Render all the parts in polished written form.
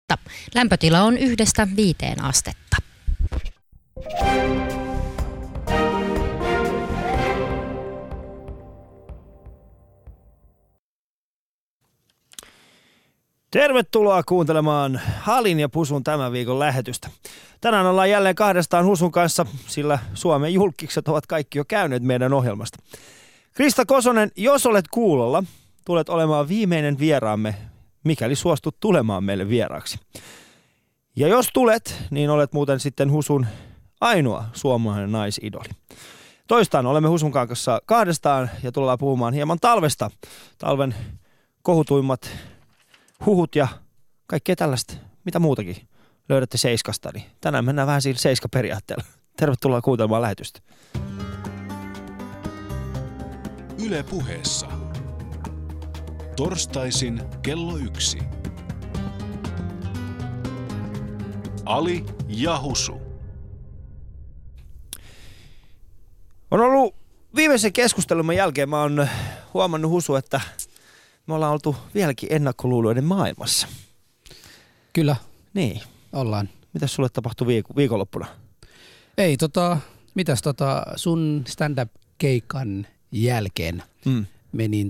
Lämpötila on 1–5 astetta. Tervetuloa kuuntelemaan Halin ja Pusun tämän viikon lähetystä. Tänään ollaan jälleen kahdestaan Husun kanssa, sillä Suomen julkkikset ovat kaikki jo käyneet meidän ohjelmasta. Krista Kosonen, jos olet kuulolla, tulet olemaan viimeinen vieraamme, mikäli suostut tulemaan meille vieraaksi. Ja jos tulet, niin olet muuten sitten Husun ainoa suomalainen naisidoli. Toistaan olemme Husun kanssa kahdestaan ja tullaan puhumaan hieman talvesta. Talven kohutuimmat huhut ja kaikkea tällaista, mitä muutakin löydätte Seiskasta. Niin tänään mennään vähän sillä Seiska-periaatteella. Tervetuloa kuuntelemaan lähetystä. Yle Puheessa. Torstaisin kello 1. Ali ja Husu. On ollut viimeisen keskustelumme jälkeen, mä oon huomannut, Husu, että me ollaan oltu vieläkin ennakkoluuloiden maailmassa. Kyllä. Niin. Ollaan. Mitäs sulle tapahtui viikonloppuna? Ei mitäs sun stand-up-keikan jälkeen menin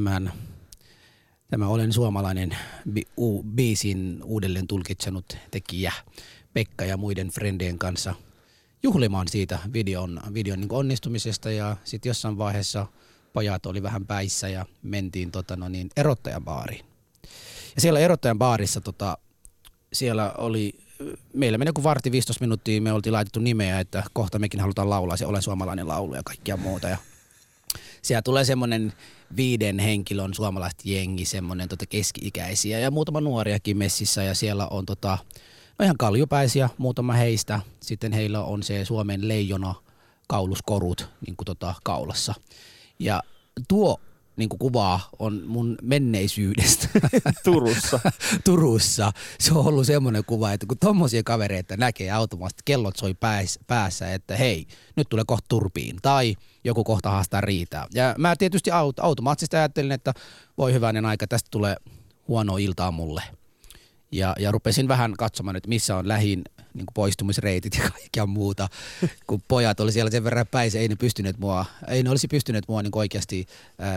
tämä Olen suomalainen biisin uudelleen tulkitsenut tekijä Pekka ja muiden frendien kanssa juhlimaan siitä videon niin kuin onnistumisesta, ja sitten jossain vaiheessa pojat oli vähän päissä ja mentiin erottajan baariin. Ja siellä erottajan baarissa siellä oli, meillä meni joku vartti 15 minuuttia, me oltiin laitettu nimeä, että kohta mekin halutaan laulaa se Olen suomalainen laulu ja kaikkia muuta. Ja siellä tulee semmoinen 5 henkilön suomalaiset jengi, semmoinen keski-ikäisiä ja muutama nuoriakin messissä, ja siellä on ihan kaljupäisiä, muutama heistä. Sitten heillä on se Suomen leijona kauluskorut niin kuin kaulassa. Ja tuo niin kuin kuvaa on mun menneisyydestä. Turussa. Se on ollut semmoinen kuva, että kun tommosia kavereita näkee automaattisesti, kellot soi päässä, että hei, nyt tulee kohta turpiin. Tai joku kohta haastaa riitää. Ja mä tietysti automaattisesti ajattelin, että voi hyvänen aika, tästä tulee huonoa iltaa mulle. Ja rupesin vähän katsomaan, että missä on lähin niin kuin poistumisreitit ja kaikkea muuta. Kun pojat oli siellä sen verran päissä, ei ne olisi pystyneet mua niin oikeasti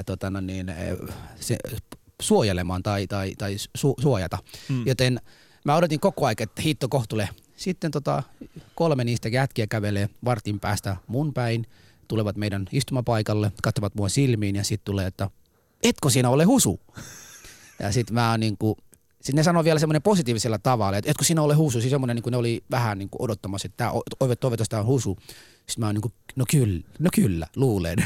suojelemaan tai suojata. Joten mä odotin koko ajan, että hitto kohtulle. Sitten 3 niistä jätkiä kävelee vartin päästä mun päin, tulevat meidän istumapaikalle, katsovat mua silmiin ja sitten tulee, että etkö sinä ole Husu? Ja sitten mä oon niinku, sitten ne sanoo vielä semmoinen positiivisella tavalla, että etkö sinä ole Husu, siis semmoinen, niin kuin ne oli vähän niin kuin odottamassa, että tämä on Husu. Sitten mä oon niin kuin, no kyllä, luulen.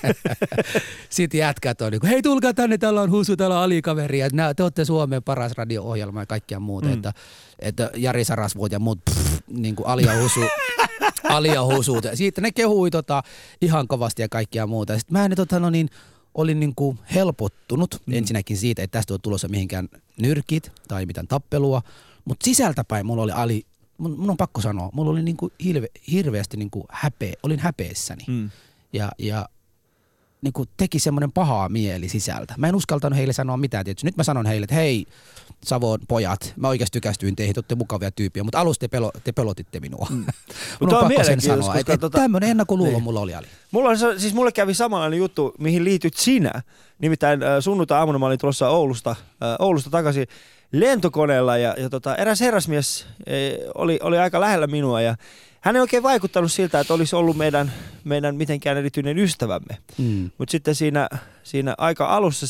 Sitten jätkät on niin kuin, hei tulkaa tänne, täällä on Husu, täällä on Ali-kaveri, ja te olette Suomen paras radio-ohjelma ja kaikkea muuta, että Jari Sarasvuot ja muut, niin kuin Ali ja Husu. Siitä ne kehui ihan kovasti ja kaikkea muuta. Sitten mä olin niin kuin helpottunut ensinnäkin siitä, että tästä on tulossa mihinkään nyrkit tai mitään tappelua, mutta sisältäpäin mulla oli mun on pakko sanoa, mulla oli niin kuin hirveästi niin kuin olin häpeessäni ja niin kuin teki semmoinen pahaa mieli sisältä. Mä en uskaltanut heille sanoa mitään tietysti. Nyt mä sanon heille, että hei Savon pojat, mä oikeasti tykästyin teihin, te olette mukavia tyyppiä, mutta alussa te pelotitte minua. Mun on pakko sen sanoa, että tämmöinen ennakkoluulo mulla oli. Mulle kävi samanlainen juttu, mihin liityt sinä. Nimittäin sunnuntai-aamuna mä olin tulossa Oulusta takaisin lentokoneella ja eräs herrasmies oli aika lähellä minua ja hän ei oikein vaikuttanut siltä, että olisi ollut meidän mitenkään erityinen ystävämme. Mutta sitten siinä aika alussa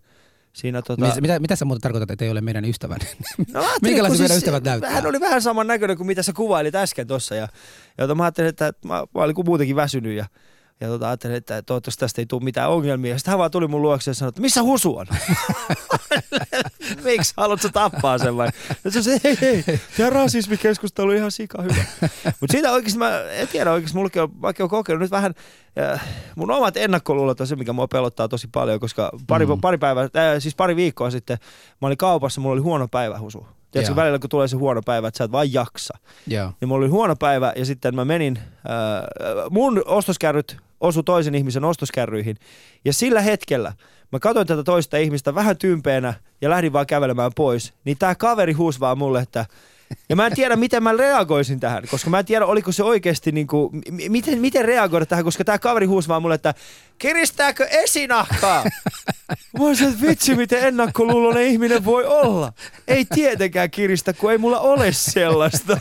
Mitä sä muuta tarkoitat, että ei ole meidän ystävänne? No, minkälaisia meidän ystävät näyttää? Hän oli vähän saman näköinen kuin mitä sä kuvailit äsken tuossa. Ja mä ajattelin, että mä olin muutenkin väsynyt ja ajattelin, että toivottavasti tästä ei tule mitään ongelmia. Sitten hän vaan tuli mun luokse ja sanoi, että missä Husu on? Miksi haluatko tappaa sen vai? Ja se hei, tämä rasismikeskustelu on ihan sika hyvä. Mutta siitä oikeasti mä en tiedä oikeasti, mullekin on, vaikka on kokeillut nyt vähän, mun omat ennakkoluulot on se, mikä mua pelottaa tosi paljon, koska pari viikkoa sitten mä olin kaupassa, mulla oli huono päivä, Husu. Tiedätkö, välillä kun tulee se huono päivä, että sä et vaan jaksa. Niin mulla oli huono päivä ja sitten mä menin, mun ostoskärryt osui toisen ihmisen ostoskärryihin. Ja sillä hetkellä Mä katsoin tätä toista ihmistä vähän tympeänä ja lähdin vaan kävelemään pois. Niin tää kaveri huusi vaan mulle, että... Ja mä en tiedä, miten mä reagoisin tähän, koska mä en tiedä, oliko se oikeasti niinku... Miten reagoida tähän, koska tää kaveri huusi vaan mulle, että... Kiristääkö esinahkaa? Mä olisin, että vitsi, miten ennakkoluuloinen ihminen voi olla. Ei tietenkään kiristä, kun ei mulla ole sellaista.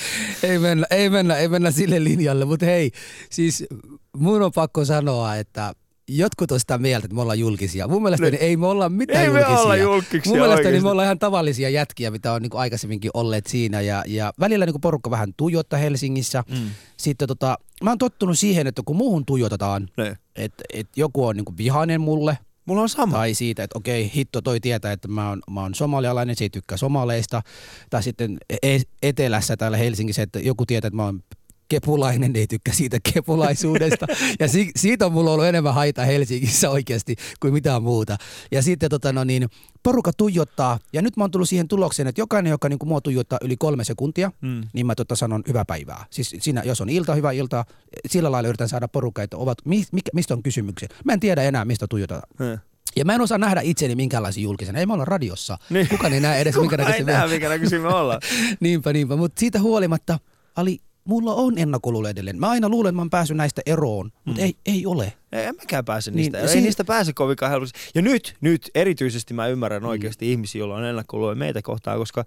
Ei mennä sille linjalle, mutta hei, siis mun on pakko sanoa, että jotkut on sitä mieltä, että me ollaan julkisia. Mun mielestäni ei me olla mitään julkisia. Ei me olla julkisia mun mielestäni oikeasti. me ollaan ihan tavallisia jätkiä, mitä on niinku aikaisemminkin olleet siinä. Ja välillä niinku porukka vähän tuijottaa Helsingissä. Sitten mä oon tottunut siihen, että kun muuhun tuijotetaan, että joku on niinku vihainen mulle. Mulla on sama. Tai siitä, että okei, hitto toi tietää, että mä oon somalialainen, se ei tykkää somaleista. Tai sitten etelässä täällä Helsingissä, että joku tietää, että mä oon kepulainen, ei tykkää siitä kepulaisuudesta. Ja siitä on mulla ollut enemmän haita Helsingissä oikeasti kuin mitään muuta. Ja sitten porukka tuijottaa. Ja nyt mä oon tullut siihen tulokseen, että jokainen, joka niinku mua tuijottaa yli 3 sekuntia, niin mä sanon hyvää päivää. Siis siinä, jos on ilta, hyvää iltaa, sillä lailla yritän saada porukkaa, että mistä on kysymyksiä. Mä en tiedä enää, mistä tuijotetaan. Ja mä en osaa nähdä itseni minkälaisia julkisena. Ei me olla radiossa. Niin. Kukaan ei näe edes minkä näköisiä me ollaan. Niinpä. Mutta siitä huolimatta, mulla on ennakkoluulo edelleen. Mä aina luulen, että mä oon päässyt näistä eroon, mutta ei ole. En mäkään pääse niistä. Ei niistä pääse kovinkaan helposti. Ja nyt erityisesti mä ymmärrän oikeasti ihmisiä, joilla on ennakkoluulo meitä kohtaan, koska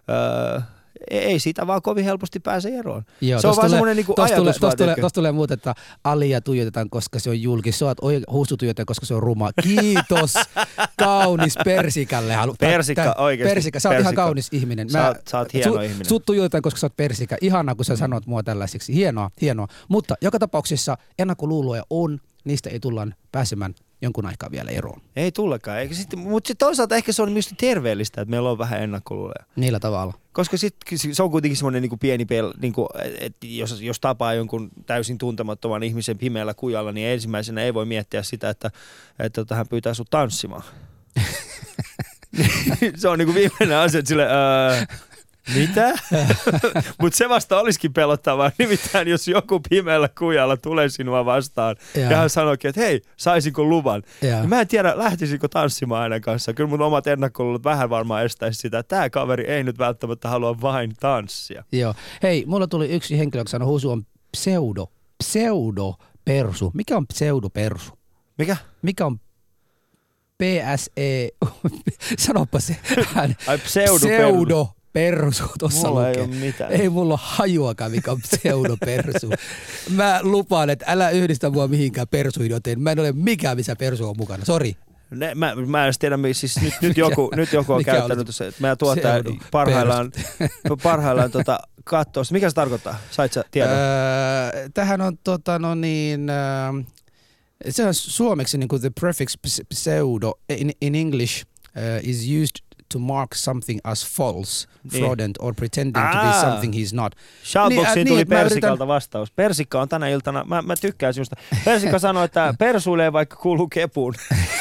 ei siitä vaan kovin helposti pääse eroon. Joo, se on vaan semmoinen niinku ajatus. Tuossa tulee muuta, että Alia tuijotetaan, koska se on julkis. Sä oot Husu tuijotetaan, koska se on ruma. Kiitos, kaunis Persikalle. Persikka oikeasti. Persika, sä oot ihan kaunis ihminen. Sä oot hieno ihminen. Sut tuijotetaan, koska sä oot Persika. Ihanaa, kun sä sanot mua tällaiseksi. Hienoa. Mutta joka tapauksessa ennakkoluuloja on, niistä ei tullaan pääsemään jonkun aikaa vielä eroon. Ei tullakaan. Mutta sitten toisaalta ehkä se on myös terveellistä, että meillä on vähän ennakkoluuloja. Niillä tavalla. Koska sitten se on kuitenkin semmoinen niinku pieni niinku, että jos tapaa jonkun täysin tuntemattoman ihmisen pimeällä kujalla, niin ensimmäisenä ei voi miettiä sitä, että hän pyytää sut tanssimaan. Se on niinku viimeinen asia, että sille, mitä? Mutta se vasta olisikin pelottavaa. Nimittäin jos joku pimeällä kujalla tulee sinua vastaan ja hän sanoikin, että hei, saisinko luvan? Niin mä en tiedä, lähtisikö tanssimaan hänen kanssaan. Kyllä mun omat ennakkoluulot vähän varmaan estäisi sitä, että tämä kaveri ei nyt välttämättä halua vain tanssia. Joo. Hei, mulla tuli yksi henkilö, joka sanoi, Husu on pseudopersu. Mikä on pseudopersu? Mikä on PSE? Sanoppa se. Ai pseudopersu. Persu tuossa mulla lukee. Ei ole mitään. Ei mulla ole hajuakaan, mikä on pseudopersu. Mä lupaan, että älä yhdistä mua mihinkään persuihin, joten mä en ole mikään, missä persu on mukana. Sori. Mä en edes tiedä, siis nyt joku on käyttänyt se, että meidän tuottaja parhaillaan katsoo. Mikä se tarkoittaa? Sait sä tiedon? Tähän on se on suomeksi niin kuin the prefix pseudo in English is used to mark something as false, fraudulent or pretending to be something he's not. Shoutboxiin tuli Persikalta vastaus. Persikka on tänä iltana, mä tykkään sinusta. Persikka sanoi, että persuilee vaikka kuuluu kepuun.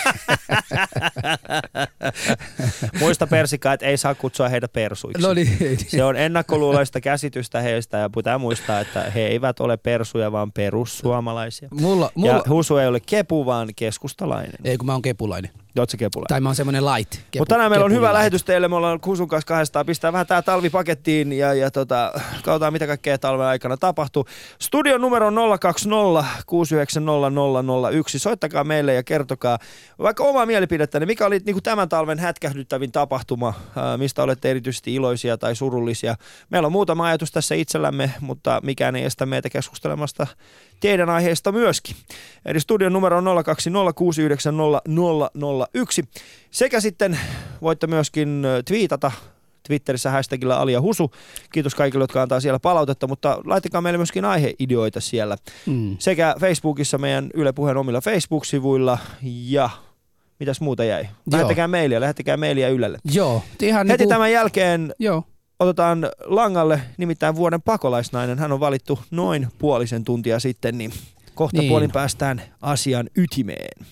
Muista Persikka, että ei saa kutsua heitä persuiksi. No niin. Se on ennakkoluuloista käsitystä heistä ja pitää muistaa, että he eivät ole persuja, vaan perussuomalaisia. Ja Husu ei ole kepu, vaan keskustalainen. Ei, kun mä oon kepulainen. Ootko kepulainen? Tai mä oon semmonen light. Mutta tänään meillä on hyvä lähetys teille. Me ollaan Husun kanssa kahdestaan. Pistää vähän tää talvipakettiin ja katsotaan mitä kaikkea talven aikana tapahtuu. Studion numero on 020 690 001. Soittakaa meille ja kertokaa vaikka omaa mielipidettäni. Mikä oli niin kuin tämän talven hätkähdyttävin tapahtuma? Mistä olette erityisesti iloisia tai surullisia? Meillä on muutama ajatus tässä itsellämme, mutta mikään ei estä meitä keskustelemasta teidän aiheesta myöskin. Eli studion numero on 020 690 001. Sekä sitten voitte myöskin twiitata Twitterissä hashtagilla Alia Husu. Kiitos kaikille, jotka antaa siellä palautetta, mutta laittakaa meille myöskin aiheideoita siellä. Sekä Facebookissa meidän Yle Puheen omilla Facebook-sivuilla ja mitäs muuta jäi? Lähettäkää mailia Ylelle. Joo. Heti tämän jälkeen otetaan langalle nimittäin vuoden pakolaisnainen. Hän on valittu noin puolisen tuntia sitten, niin kohta puolin päästään asian ytimeen.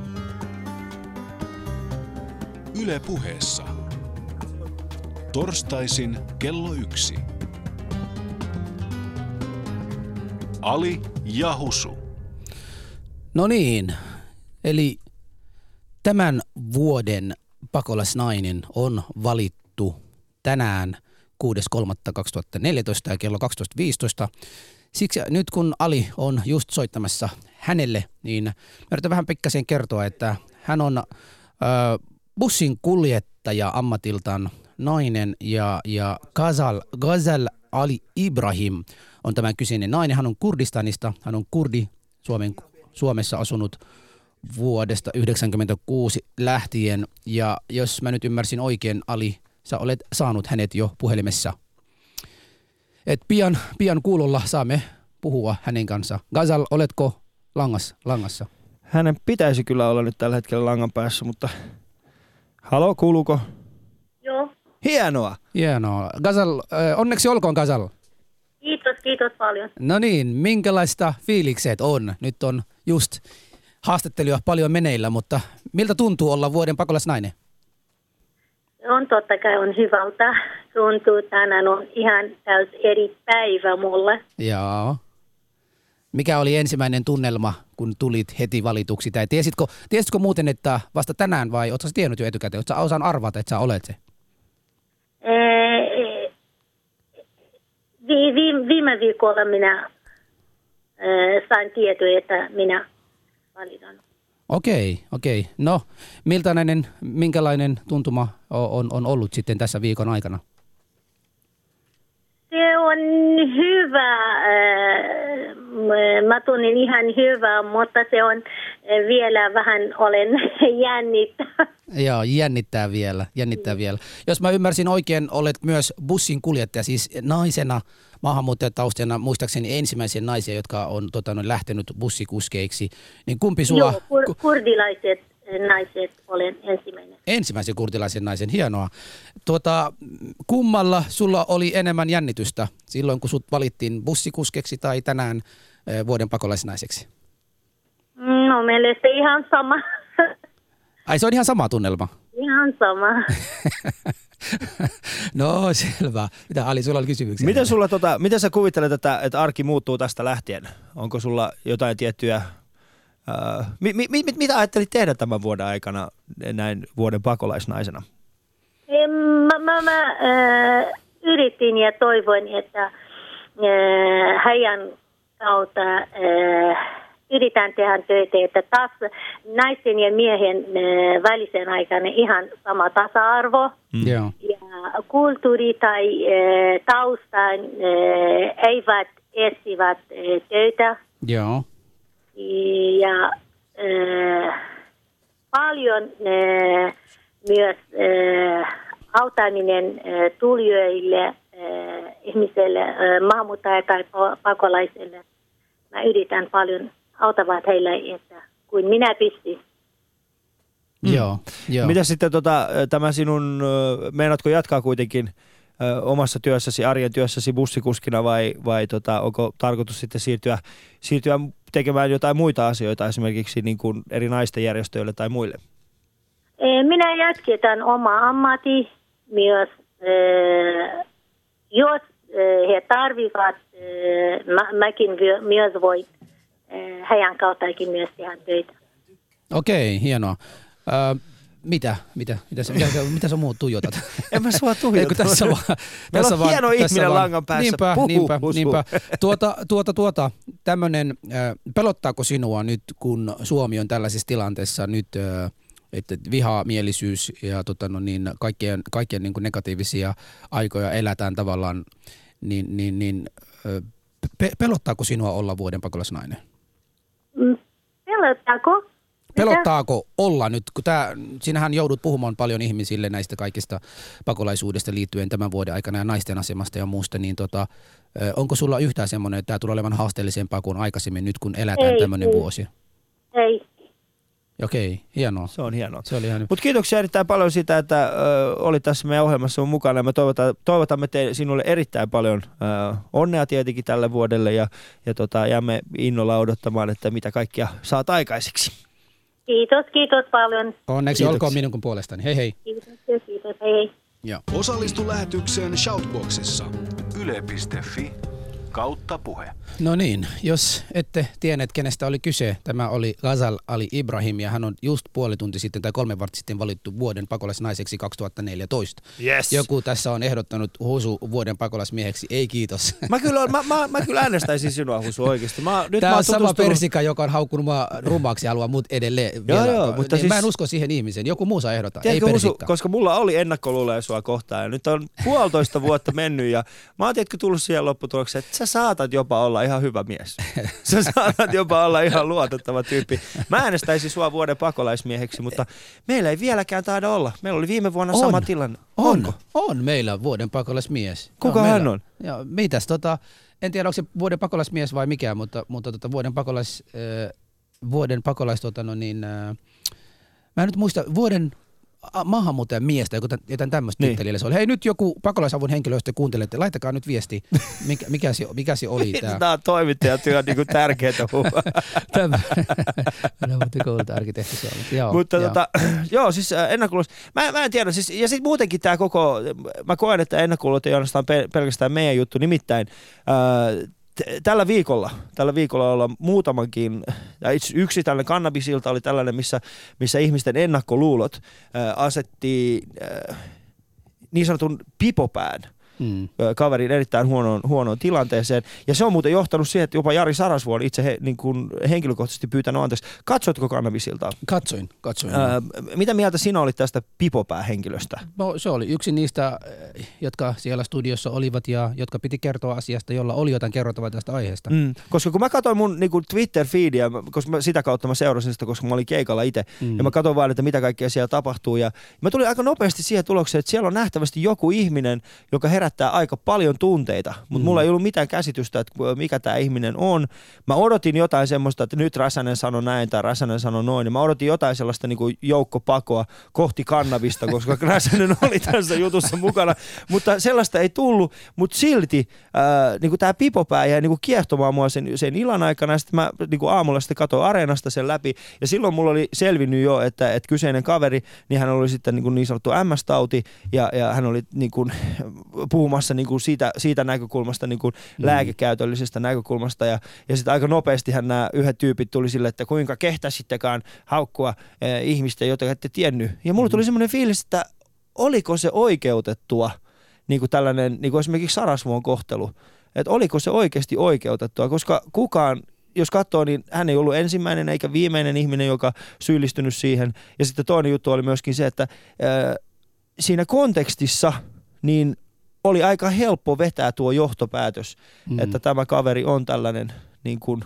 Yle Puheessa. Torstaisin kello 1. Ali ja Husu. No niin, eli Tämän vuoden pakolaisnainen on valittu tänään 6.3.2014 ja kello 12.15. Siksi nyt kun Ali on just soittamassa hänelle, niin mä yritän vähän pikkasen kertoa, että hän on bussin kuljettaja ammatiltaan nainen ja Ghazal Ali Ibrahim on tämä kyseinen nainen. Hän on Kurdistanista, hän on kurdi, Suomessa asunut vuodesta 1996 lähtien. Ja jos mä nyt ymmärsin oikein, Ali, sä olet saanut hänet jo puhelimessa. Et pian kuulolla saamme puhua hänen kanssa. Ghazal, oletko langassa? Hänen pitäisi kyllä olla nyt tällä hetkellä langan päässä, mutta halo, kuuluuko? Joo. Hienoa. Ghazal, onneksi olkoon Ghazal. Kiitos paljon. No niin, minkälaista fiilikset on? Nyt on just haastatteluja paljon meneillä, mutta miltä tuntuu olla vuoden pakolaisnainen? On totta kai on hyvältä. Tuntuu, tänään on ihan täys eri päivä mulle. Joo. Mikä oli ensimmäinen tunnelma, kun tulit heti valituksi? Tai tiesitkö muuten, että vasta tänään vai oletko tiennyt jo etukäteen? Oletko osannut arvata, että sä olet se? Viime viikolla minä sain tietoa, että minä valitan. Okei. No, minkälainen tuntuma on ollut sitten tässä viikon aikana? Se on hyvä. Mä tunnen ihan hyvää, mutta se on vielä vähän olen jännittää. Joo, jännittää vielä. Jos mä ymmärsin oikein, olet myös bussin kuljettaja, siis naisena, maahanmuuttajataustana, muistaakseni ensimmäisiä naisia, jotka on lähtenyt bussikuskeiksi. Niin kumpi sulla... Joo, kurdilaiset naiset olen ensimmäinen. Ensimmäisen kurdilaisen naisen, hienoa. Kummalla sulla oli enemmän jännitystä silloin, kun sut valittiin bussikuskeksi tai tänään vuoden pakolaisnaiseksi? No mielestäni ihan sama. Ai se on ihan sama tunnelma? Ihan sama. No selvä. Mitä Ali, sulla oli kysymyksiä? Miten sä kuvittelet, että arki muuttuu tästä lähtien? Onko sulla jotain tiettyjä... mitä ajattelit tehdä tämän vuoden aikana näin vuoden pakolaisnaisena? Mä yritin ja toivoin, että heidän kautta yritän tehdä töitä, että taas naisten ja miehen välisen aikana ihan sama tasa-arvo. Yeah. Ja kulttuuri tai taustan eivät etsivät töitä. Joo. Ja paljon myös auttaminen tulijoille, ihmisille, maahanmuuttajille tai pakolaisille. Mä yritän paljon auttavat heille, että kuin minä pystyn. Joo. Mitä sitten tämä sinun, meinaatko jatkaa kuitenkin omassa työssäsi, arjen työssäsi bussikuskina vai onko tarkoitus sitten siirtyä tekemään jotain muita asioita esimerkiksi niin kuin eri naisten järjestöille tai muille? Minä jatketaan oma ammatti myös, jos he tarvitsevat, mäkin myös voi heidän kauttakin myös tehdä töitä. Okei, hienoa. Mitä sä muut tuijotat? En mä sua tuijota. Meillä on hieno ihminen langan päässä. Niinpä. Tämmönen, pelottaako sinua nyt, kun Suomi on tällaisessa tilanteessa nyt, että vihamielisyys ja kaikkien niin kuin negatiivisia aikoja elätään tavallaan, niin pelottaako sinua olla vuoden pakolaisnainen? Pelottaako olla nyt, kun sinähän joudut puhumaan paljon ihmisille näistä kaikista pakolaisuudesta liittyen tämän vuoden aikana ja naisten asemasta ja muusta, niin onko sulla yhtään semmoinen, että tämä tulee olemaan haasteellisempaa kuin aikaisemmin nyt, kun elätään tämmöinen vuosi? Ei. Okei, hienoa. Se on hienoa. Se oli hienoa. Mutta kiitoksia erittäin paljon siitä, että olit tässä meidän ohjelmassa mukana. Me toivotamme sinulle erittäin paljon onnea tietenkin tälle vuodelle ja jäämme innolla odottamaan, että mitä kaikkia saat aikaiseksi. Kiitos paljon. Onneksi olkoon minun puolestani. Hei hei. Kiitos, hei. Osallistu lähetykseen Shoutboxissa yle.fi kautta puhe. No niin, jos ette tienneet, kenestä oli kyse, tämä oli Ghazal Ali Ibrahim ja hän on just puoli tunti sitten tai 3 vartta sitten valittu vuoden pakolaisnaiseksi 2014. Yes. Joku tässä on ehdottanut Husu vuoden pakolaismieheksi, ei kiitos. Mä kyllä äänestäisin sinua, Husu, oikeasti. Tämä on sama persika, joka on haukkunut mua rumaaksi ja haluaa mut edelleen vielä. Joo, mutta siis... Mä en usko siihen ihmiseen, joku muu saa ehdottaa, tiedätkö, ei persikka. Husu, koska mulla oli ennakkoluuloja sua kohtaan ja nyt on 1,5 vuotta mennyt ja mä oon tiedätkö tullut siihen lopputulokseen, että sä saatat jopa olla ihan hyvä mies. Sä saatat jopa olla ihan luotettava tyyppi. Mä äänestäisin sua vuoden pakolaismieheksi, mutta meillä ei vieläkään taida olla. Meillä oli viime vuonna sama tilanne. On meillä vuoden pakolaismies. Kuka hän on? Ja mitäs en tiedä onko se vuoden pakolaismies vai mikä, mutta vuoden pakolais mä en nyt muista vuoden maahanmuuttajan miestä, jotain tämmöistä titteliä se oli. Hei nyt joku pakolaisavun henkilö, jos te kuuntelette, laittakaa nyt viesti, mikä se oli tämä. Tämä on toimittajatyö niin kuin tärkeää huumaa. Tämä on koulta-arkkitehti se on. Mutta joo, siis ennakkoluulot, mä en tiedä, siis, ja sitten muutenkin tämä koko, mä koen, että ennakkoluulot ei ainoastaan pelkästään meidän juttu, nimittäin tällä viikolla ollaan muutamankin, ja yksi tällainen kannabisilta oli tällainen, missä ihmisten ennakkoluulot asetti niin sanotun pipopään kaverin erittäin huonoon tilanteeseen. Ja se on muuten johtanut siihen, että jopa Jari Sarasvuo on itse niin kuin henkilökohtaisesti pyytänyt anteeksi. Katsoitko kannabisiltaa? Katsoin. Mitä mieltä sinä olit tästä pipopää-henkilöstä? No, se oli yksi niistä, jotka siellä studiossa olivat ja jotka piti kertoa asiasta, jolla oli jotain kerrottavaa tästä aiheesta. Koska kun mä katsoin mun niin kuin Twitter-feediä, koska sitä kautta mä seurasin sitä, koska mä olin keikalla itse, ja mä katsoin vaan, että mitä kaikkea siellä tapahtuu. Ja mä tulin aika nopeasti siihen tulokseen, että siellä on nähtävästi joku ihminen, joka herättää aika paljon tunteita, mutta mulla ei ollut mitään käsitystä, että mikä tämä ihminen on. Mä odotin jotain semmoista, että nyt Räsänen sanoi näin tai Räsänen sanoi noin, ja mä odotin jotain sellaista niin kuin joukkopakoa kohti kannabista, koska Räsänen oli tässä jutussa mukana, mutta sellaista ei tullut, mutta silti niin kuin tämä pipopää jäi niin kuin kiehtomaan mua sen illan aikana, ja sitten mä niin kuin aamulla sitten katsoin Areenasta sen läpi, ja silloin mulla oli selvinnyt jo, että kyseinen kaveri, niin hän oli sitten niin sanottu MS-tauti, ja hän oli niin kuin puhumassa niin kuin siitä näkökulmasta, niin kuin lääkekäytöllisestä näkökulmasta. Ja sitten aika nopeastihan nämä yhdet tyypit tuli sille, että kuinka kehtäisittekaan haukkua ihmistä, jota ette tiennyt. Ja mulla tuli semmoinen fiilis, että oliko se oikeutettua, niin kuin tällainen, niin kuin esimerkiksi Sarasvuon kohtelu, että oliko se oikeasti oikeutettua, koska kukaan, jos katsoo, niin hän ei ollut ensimmäinen eikä viimeinen ihminen, joka syyllistynyt siihen. Ja sitten toinen juttu oli myöskin se, että siinä kontekstissa niin oli aika helppo vetää tuo johtopäätös, että tämä kaveri on tällainen, niin kuin,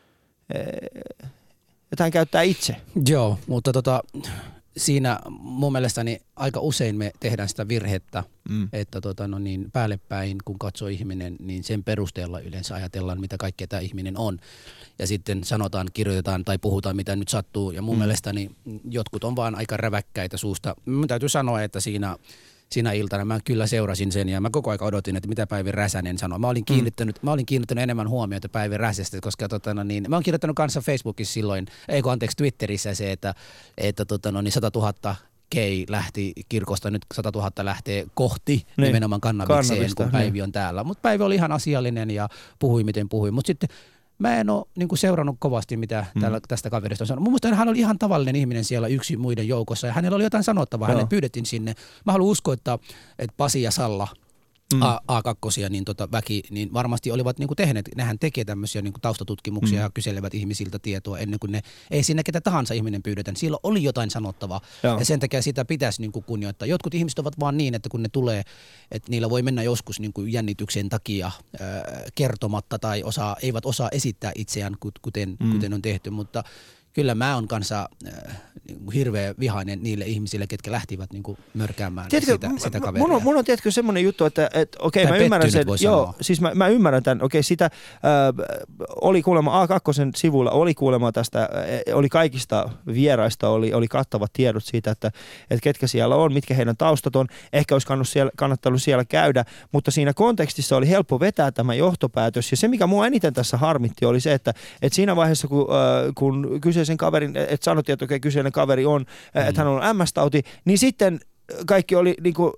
että hän käyttää itse. Joo, mutta siinä mun mielestäni aika usein me tehdään sitä virhettä, että päälle päin, kun katsoo ihminen, niin sen perusteella yleensä ajatellaan, mitä kaikkea tämä ihminen on. Ja sitten sanotaan, kirjoitetaan tai puhutaan, mitä nyt sattuu. Ja mun mielestäni jotkut on vaan aika räväkkäitä suusta. Mun täytyy sanoa, että siinä iltana mä kyllä seurasin sen ja mä koko ajan odotin, että mitä Päivi Räsänen sanoo. Mä olin kiinnittänyt enemmän huomiota Päivi Räsästä, koska mä oon kirjoittanut kanssa Facebookissa silloin, Twitterissä se, että 100 000 gay lähti kirkosta, nyt 100 000 lähtee kohti nimenomaan kannabikseen, kun Päivi on täällä. Mutta Päivi oli ihan asiallinen ja puhui miten puhui, mutta sitten mä en ole niin kuin seurannut kovasti, mitä tästä kaverista on sanonut. Mun mielestä hän oli ihan tavallinen ihminen siellä yksi muiden joukossa ja hänellä oli jotain sanottavaa. Hänet pyydettiin sinne. Mä haluan uskoa, että Pasi ja Salla, A2, niin väki, niin varmasti olivat niin kuin tehneet, nehän tekee tämmöisiä niin kuin taustatutkimuksia ja kyselevät ihmisiltä tietoa ennen kuin ei sinne ketä tahansa ihminen pyydetään. Silloin oli jotain sanottavaa ja sen takia sitä pitäisi niin kuin kunnioittaa. Jotkut ihmiset ovat vaan niin, että kun ne tulee, että niillä voi mennä joskus niin kuin jännityksen takia kertomatta tai eivät osaa esittää itseään, kuten on tehty, mutta kyllä mä oon kanssa hirveän vihainen niille ihmisille, ketkä lähtivät niinku mörkäämään sitä kaveria. Mun on tietysti semmoinen juttu, että okei, mä ymmärrän sen. Joo, siis mä ymmärrän tämän. Okei, sitä oli kuulemma A2 sivuilla, oli kuulemma tästä, oli kaikista vieraista, oli kattavat tiedot siitä, että ketkä siellä on, mitkä heidän taustat on. Ehkä olisi kannattanut siellä käydä, mutta siinä kontekstissa oli helppo vetää tämä johtopäätös. Ja se, mikä mua eniten tässä harmitti, oli se, että siinä vaiheessa, kun kyseisen kaverin, että sanottiin, että okei, kyseinen kaveri on, että hän on MS-tauti, niin sitten kaikki oli niinku,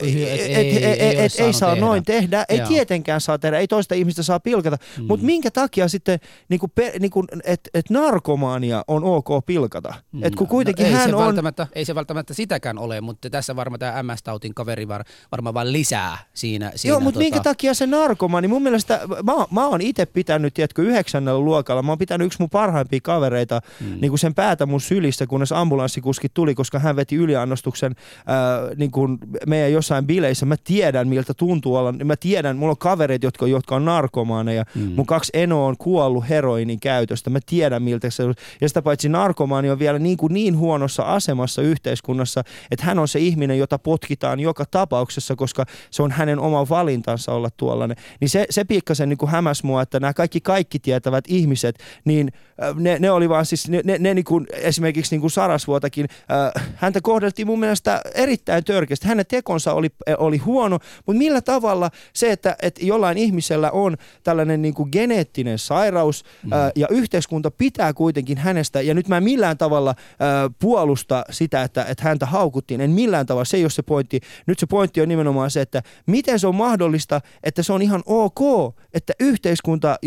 ei saa noin tehdä, ei tietenkään saa tehdä, ei toista ihmistä saa pilkata, mutta minkä takia sitten, että narkomaania on ok pilkata? Et kun kuitenkin ei se välttämättä sitäkään ole, mutta tässä varmaan tämä MS-tautin kaveri varmaan vaan lisää siinä. Joo, mutta minkä takia se narkomaani? Mun mielestä, mä oon itse pitänyt, tiedätkö, 9. luokalla, mä oon pitänyt yksi mun parhaimpia kavereita niinku sen päätä mun sylissä, kunnes ambulanssikuski tuli, koska hän veti yliannostuksen niin kuin meidän jossain bileissä. Mä tiedän, miltä tuntuu olla. Mä tiedän, mulla on kavereita, jotka on narkomaaneja. Mun 2 enoa on kuollut heroinin käytöstä. Mä tiedän, miltä se on. Ja sitä paitsi narkomaani on vielä niin huonossa asemassa yhteiskunnassa, että hän on se ihminen, jota potkitaan joka tapauksessa, koska se on hänen oma valintansa olla tuollainen. Niin se pikkasen niin kuin hämäs mua, että nämä kaikki tietävät ihmiset, niin ne oli vaan siis, ne niin kuin, esimerkiksi niin kuin Sarasvuotakin, häntä kohdeltiin mun mielestä erittäin törkeästi. Hänen tekonsa oli huono, mutta millä tavalla se, että jollain ihmisellä on tällainen niin kuin geneettinen sairaus ja yhteiskunta pitää kuitenkin hänestä, ja nyt mä en millään tavalla puolusta sitä, että häntä haukuttiin, en millään tavalla, se ei ole se pointti. Nyt se pointti on nimenomaan se, että miten se on mahdollista, että se on ihan ok, että yhteiskunta,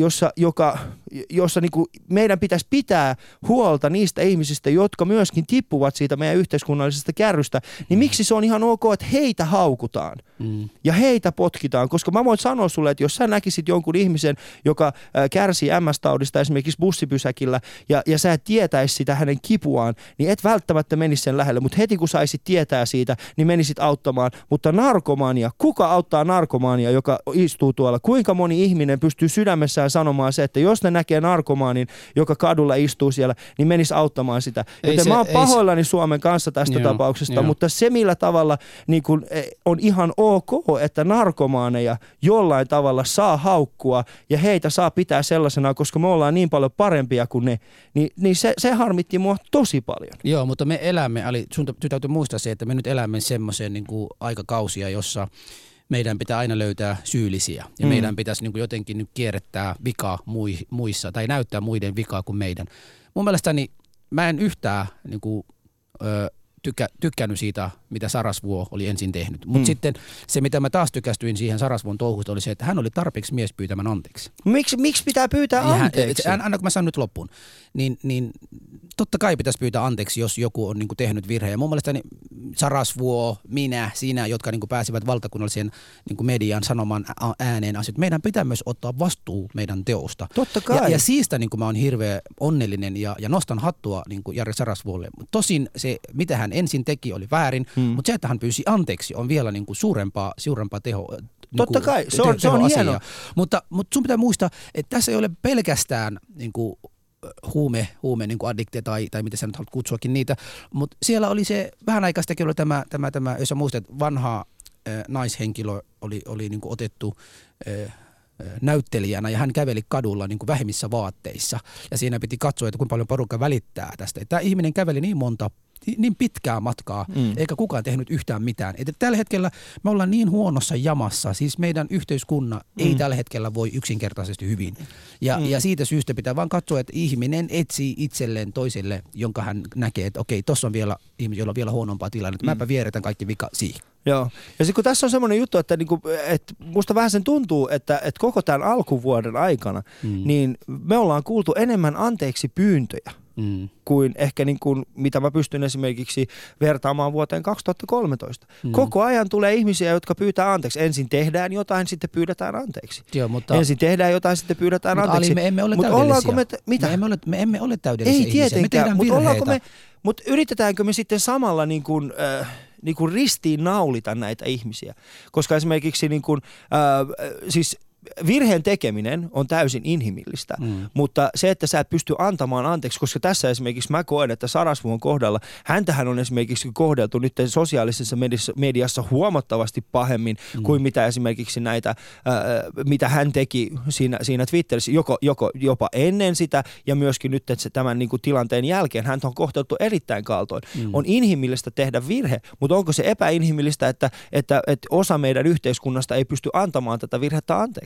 jossa niin kuin meidän pitäisi pitää huolta niistä ihmisistä, jotka myöskin tippuvat siitä meidän yhteiskunnallisesta kärrystä, niin miksi se on ihan ok, että heitä haukutaan ja heitä potkitaan, koska mä voin sanoa sulle, että jos sä näkisit jonkun ihmisen, joka kärsii MS-taudista esimerkiksi bussipysäkillä ja sä et tietäisi sitä hänen kipuaan, niin et välttämättä menisi sen lähelle, mutta heti kun saisit tietää siitä, niin menisit auttamaan, mutta narkomaania, kuka auttaa narkomaania, joka istuu tuolla, kuinka moni ihminen pystyy sydämessään sanomaan se, että jos ne näkee narkomaanin, joka kadulla istuu siellä, niin menisi auttamaan sitä. Joten mä oon pahoillani Suomen kanssa tästä tapauksesta, mutta se millä tavalla niin kun, on ihan ok, että narkomaaneja jollain tavalla saa haukkua ja heitä saa pitää sellaisena, koska me ollaan niin paljon parempia kuin ne, niin se harmitti mua tosi paljon. Joo, mutta me elämme, sun täytyy muistaa se, että me nyt elämme semmoisen niin kuin aikakausia, jossa meidän pitää aina löytää syyllisiä ja meidän pitäisi niin kuin jotenkin nyt kierrättää vikaa muissa tai näyttää muiden vikaa kuin meidän. Mun mielestäni mä en yhtään niin kuin, tykkännyt siitä, mitä Sarasvuo oli ensin tehnyt. Mutta sitten se, mitä mä taas tykästyin siihen Sarasvuon touhusta, oli se, että hän oli tarpeeksi mies pyytämään anteeksi. Miksi pitää pyytää anteeksi? Anna kun mä sanon nyt loppuun. Niin totta kai pitäisi pyytää anteeksi, jos joku on niin kuin tehnyt virheen. Ja mun mielestäni Sarasvuo, minä, sinä, jotka niin kuin pääsivät valtakunnalliseen niin kuin median sanomaan ääneen asioita. Meidän pitää myös ottaa vastuu meidän teosta. Totta kai. Ja siitä niin kuin mä oon hirveän onnellinen ja nostan hattua niin kuin Jari Sarasvuolle. Tosin se, mitä hän ensin teki, oli väärin, mutta se, että hän pyysi anteeksi, on vielä niin kuin suurempaa teho. Totta kai, se on hienoa. Mutta sun pitää muistaa, että tässä ei ole pelkästään niin kuin huume niin kuin addikteja tai mitä sä nyt haluat kutsuakin niitä, mutta siellä oli se, vähän aikaa sitäkin oli tämä, jos sä muistat, vanha naishenkilö oli niin kuin otettu näyttelijänä ja hän käveli kadulla niin kuin vähemmissä vaatteissa ja siinä piti katsoa, että kuinka paljon porukka välittää tästä. Tämä ihminen käveli niin pitkää matkaa, eikä kukaan tehnyt yhtään mitään. Että tällä hetkellä me ollaan niin huonossa jamassa, siis meidän yhteiskunnan ei tällä hetkellä voi yksinkertaisesti hyvin. Ja siitä syystä pitää vaan katsoa, että ihminen etsii itselleen toiselle, jonka hän näkee, että okei, tossa on vielä ihmisiä, joilla on vielä huonompaa tilannetta. Mäpä vieretän kaikki vika siihen. Joo. Ja sitten kun tässä on semmoinen juttu, että musta vähän sen tuntuu, että koko tämän alkuvuoden aikana, niin me ollaan kuultu enemmän anteeksi pyyntöjä kuin ehkä niin kuin, mitä mä pystyn esimerkiksi vertaamaan vuoteen 2013. Koko ajan tulee ihmisiä, jotka pyytää anteeksi. Ensin tehdään jotain, sitten pyydetään anteeksi. Joo, mutta ensin tehdään jotain, sitten pyydetään anteeksi. Ali, me emme ole täydellisiä. Me emme ole täydellisiä ihmisiä. Ei tietenkään, mutta mutta yritetäänkö me sitten samalla niin kuin ristiin naulita näitä ihmisiä? Koska esimerkiksi niin kuin, siis virheen tekeminen on täysin inhimillistä, mutta se, että sä et pysty antamaan anteeksi, koska tässä esimerkiksi mä koen, että Sarasvuon kohdalla, häntähän on esimerkiksi kohdeltu nyt sosiaalisessa mediassa huomattavasti pahemmin kuin mitä esimerkiksi näitä, mitä hän teki siinä Twitterissä, jopa ennen sitä ja myöskin nyt että tämän niin kuin tilanteen jälkeen. Häntä on kohdeltu erittäin kaltoin. On inhimillistä tehdä virhe, mutta onko se epäinhimillistä, että osa meidän yhteiskunnasta ei pysty antamaan tätä virhettä anteeksi?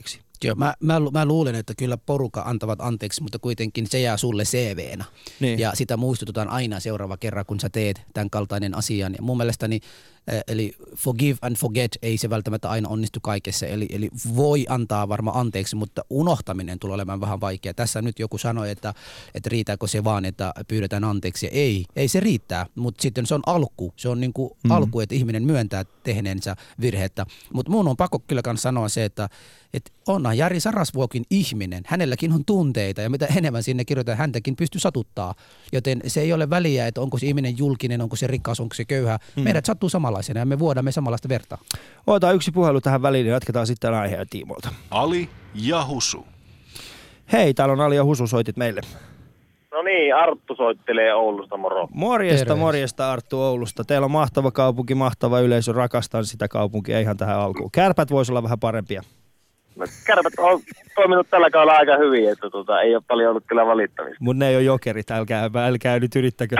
Joo, mä luulen, että kyllä porukka antavat anteeksi, mutta kuitenkin se jää sulle CV:nä. Niin. Ja sitä muistutetaan aina seuraava kerran, kun sä teet tämän kaltainen asian. Ja mun mielestäni, eli forgive and forget ei se välttämättä aina onnistu kaikessa. Eli voi antaa varmaan anteeksi, mutta unohtaminen tulee olemaan vähän vaikea. Tässä nyt joku sanoi, että riittääkö se vaan, että pyydetään anteeksi. Ei se riittää, mutta sitten se on alku. Se on niin kuin alku, että ihminen myöntää tehneensä virhettä. Mutta mun on pakko kyllä sanoa se, että onhan Jari Sarasvuokin ihminen. Hänelläkin on tunteita ja mitä enemmän sinne kirjoitetaan, häntäkin pystyy satuttaa. Joten se ei ole väliä, että onko se ihminen julkinen, onko se rikas, onko se köyhä. Meidät sattuu samanlaisena ja me vuodamme samanlaista vertaa. Otetaan yksi puhelu tähän väliin ja jatketaan sitten aiheen tiimoilta. Ali ja Husu. Hei, täällä on Ali ja Husu, soitit meille. No niin, Arttu soittelee Oulusta, moro. Morjesta Arttu Oulusta. Teillä on mahtava kaupunki, mahtava yleisö, rakastan sitä kaupunkia ihan tähän alkuun. Kärpät voisi olla vähän parempia. No, Kärpät on toiminut tällä kaudella aika hyvin, että ei ole paljon ollut kyllä valittamista. Mutta ne ei ole jokerit, älkää nyt yrittäkö.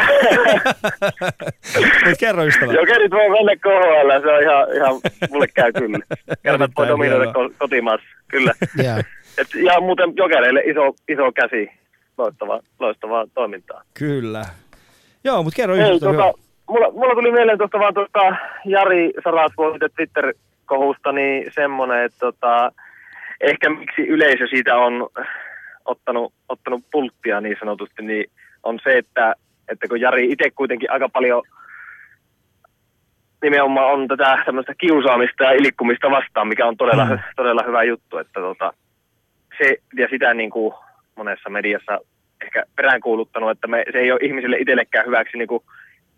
Mutta kerro ystävä. Jokerit voi mennä KHL, se on ihan mulle käy kyllä. Kärpät voi dominoida kotimaassa, kyllä. Yeah. Ja muuten jokereille iso käsi, loistavaa toimintaa. Kyllä. Joo, mutta kerro ystävä. Mulla tuli mieleen tuosta Jari Sarasvuon Twitter-kohusta niin semmoinen, että ehkä miksi yleisö siitä on ottanut pulttia niin sanotusti, niin on se, että kun Jari itse kuitenkin aika paljon nimenomaan on tätä semmoista kiusaamista ja ilkkumista vastaan, mikä on todella hyvä juttu, että se ja sitä niin kuin monessa mediassa ehkä peräänkuuluttanut, että se ei ole ihmisille itsellekään hyväksi niin kuin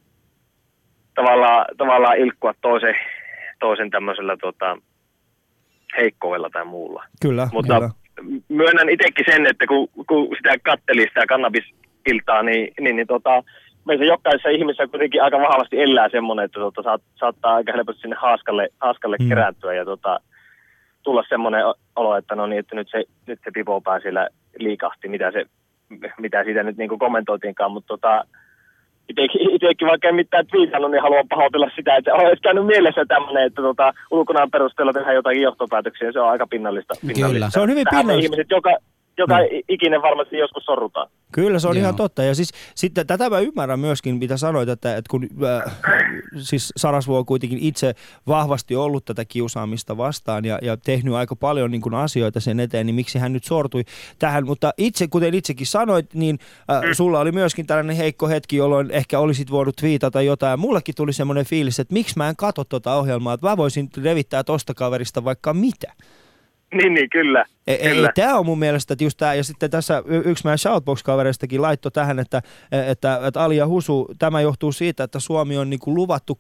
tavallaan ilkkua toisen tämmöisellä heikkoudella tai muulla. Kyllä, mutta kyllä. Myönnän itsekin sen, että kun sitä katteli sitä kannabisiltaa, niin meissä jokaisessa ihmisessä kuitenkin aika vahvasti elää semmoinen, että saattaa aika helposti sinne haaskalle kerääntyä ja tulla semmoinen olo, että no niin, että nyt se pipopää siellä liikahti, mitä siitä nyt niin kuin kommentoitiinkaan, mutta itsekin vaikka ei mitään twiitannut, niin haluan pahoitella sitä, että olisi käynyt mielessä tämmöinen, että ulkonaan perusteella tehdään jotakin johtopäätöksiä, se on aika pinnallista. Kyllä, se on hyvin pinnallista. Ihmiset, joka ikinen varmasti joskus sorrutaan. Kyllä, se on ihan totta. Ja siis sitten tätä mä ymmärrän myöskin, mitä sanoit, että kun siis Sarasvuo on kuitenkin itse vahvasti ollut tätä kiusaamista vastaan ja tehnyt aika paljon niin kuin asioita sen eteen, niin miksi hän nyt sortui tähän. Mutta kuten itsekin sanoit, niin sulla oli myöskin tällainen heikko hetki, jolloin ehkä olisit voinut twiitata jotain. Ja mullekin tuli semmoinen fiilis, että miksi mä en katso tuota ohjelmaa, että mä voisin revittää tosta kaverista vaikka mitä. Niin, kyllä. Tämä on mun mielestä, että just tämä, ja sitten tässä yksi meidän Shoutbox-kavereistakin laittoi tähän, että Ali ja Husu, tämä johtuu siitä, että Suomi on niin kuin luvattu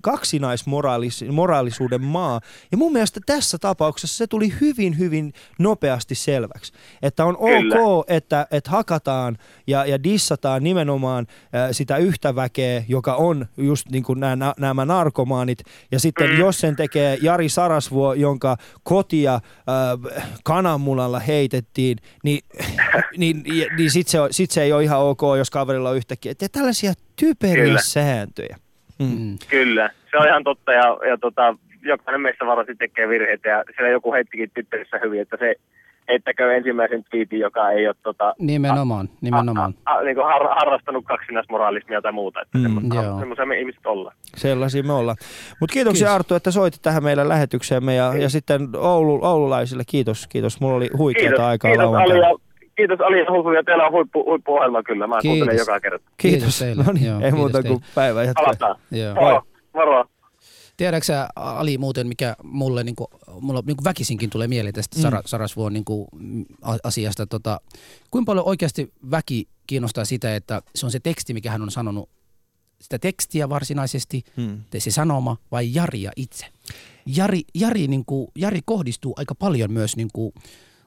kaksinaismoraalisuuden maa, ja mun mielestä tässä tapauksessa se tuli hyvin, hyvin nopeasti selväksi, että on kyllä. ok, että hakataan ja dissataan nimenomaan sitä yhtä väkeä, joka on just niin kuin nämä narkomaanit, ja sitten jos sen tekee Jari Sarasvuo, jonka kotia kananmunalla heitettiin, niin sit se ei ole ihan ok, jos kaverilla on yhtäkkiä. Että tällaisia typeriä sääntöjä. Kyllä, se on ihan totta ja jokainen meistä varmasti tekee virheitä ja siellä joku heittikin Twitterissä hyvin, että se heittäkö ensimmäisen twiitin, joka ei ole nimenomaan. Niin kuin harrastanut kaksinaismoraalismia tai muuta, että semmoisia me ihmiset ollaan. Sellaisia me ollaan. Mutta kiitoksia Arttu, että soitit tähän meidän lähetykseemme ja sitten oululaisille kiitos. Mulla oli huikeata aikaa lauantaina. Kiitos Ali ja Husu ja teillä on huippuohjelma kyllä, mä kuuntelen joka kerta. Kiitos no niin, ei muuta kuin päivää jatkaa. Palataan. Moro. Tiedätkö sä, Ali, muuten, mikä mulla väkisinkin tulee mieleen tästä Sarasvuon asiasta. Kuinka paljon oikeasti väki kiinnostaa sitä, että se on se teksti, mikä hän on sanonut, sitä tekstiä varsinaisesti, se sanoma vai Jaria itse? Jari kohdistuu aika paljon myös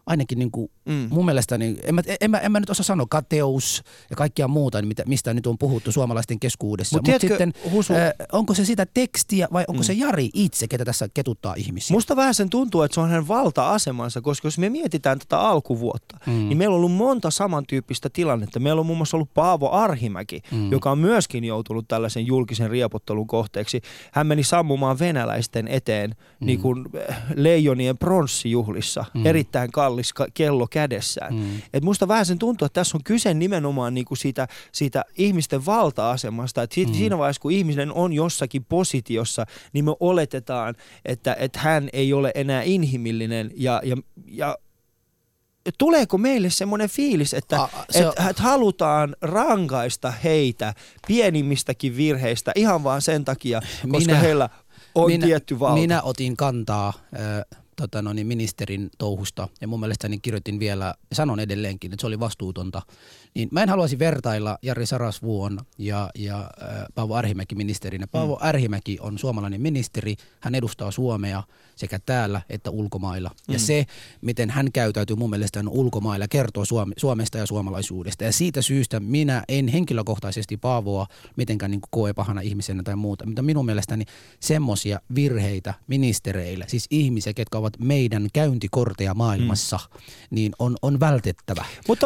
ainakin niin kuin mun mielestä, niin en mä nyt osaa sanoa, kateus ja kaikkia muuta, mistä nyt on puhuttu suomalaisten keskuudessa. Mutta sitten, onko se sitä tekstiä vai onko se Jari itse, ketä tässä ketuttaa ihmisiä? Musta vähän sen tuntuu, että se on hänen valta-asemansa, koska jos me mietitään tätä alkuvuotta, niin meillä on ollut monta samantyyppistä tilannetta. Meillä on muun muassa ollut Paavo Arhimäki, joka on myöskin joutunut tällaisen julkisen riepottelun kohteeksi. Hän meni sammumaan venäläisten eteen niin kuin leijonien pronssijuhlissa, erittäin kallis kello kädessään. Et musta vähän sen tuntuu, että tässä on kyse nimenomaan niinku siitä ihmisten valta-asemasta. Et siinä vaiheessa, kun ihminen on jossakin positiossa, niin me oletetaan, että hän ei ole enää inhimillinen ja tuleeko meille semmoinen fiilis, että halutaan rangaista heitä pienimmistäkin virheistä ihan vaan sen takia, koska heillä on tietty valta? Minä otin kantaa ministerin touhusta ja mun mielestäni kirjoitin vielä, sanon edelleenkin, että se oli vastuutonta. Niin mä en haluaisi vertailla Jari Sarasvuon ja Paavo Arhimäki ministerinä. Paavo Arhimäki on suomalainen ministeri, hän edustaa Suomea sekä täällä että ulkomailla. Ja se, miten hän käytäytyy mun mielestä ulkomailla, kertoo Suomesta ja suomalaisuudesta. Ja siitä syystä minä en henkilökohtaisesti Paavoa mitenkään niin koe pahana ihmisenä tai muuta. Mutta minun mielestäni semmoisia virheitä ministereille, siis ihmisiä, ketkä ovat meidän käyntikorteja maailmassa, niin on vältettävä. Mutta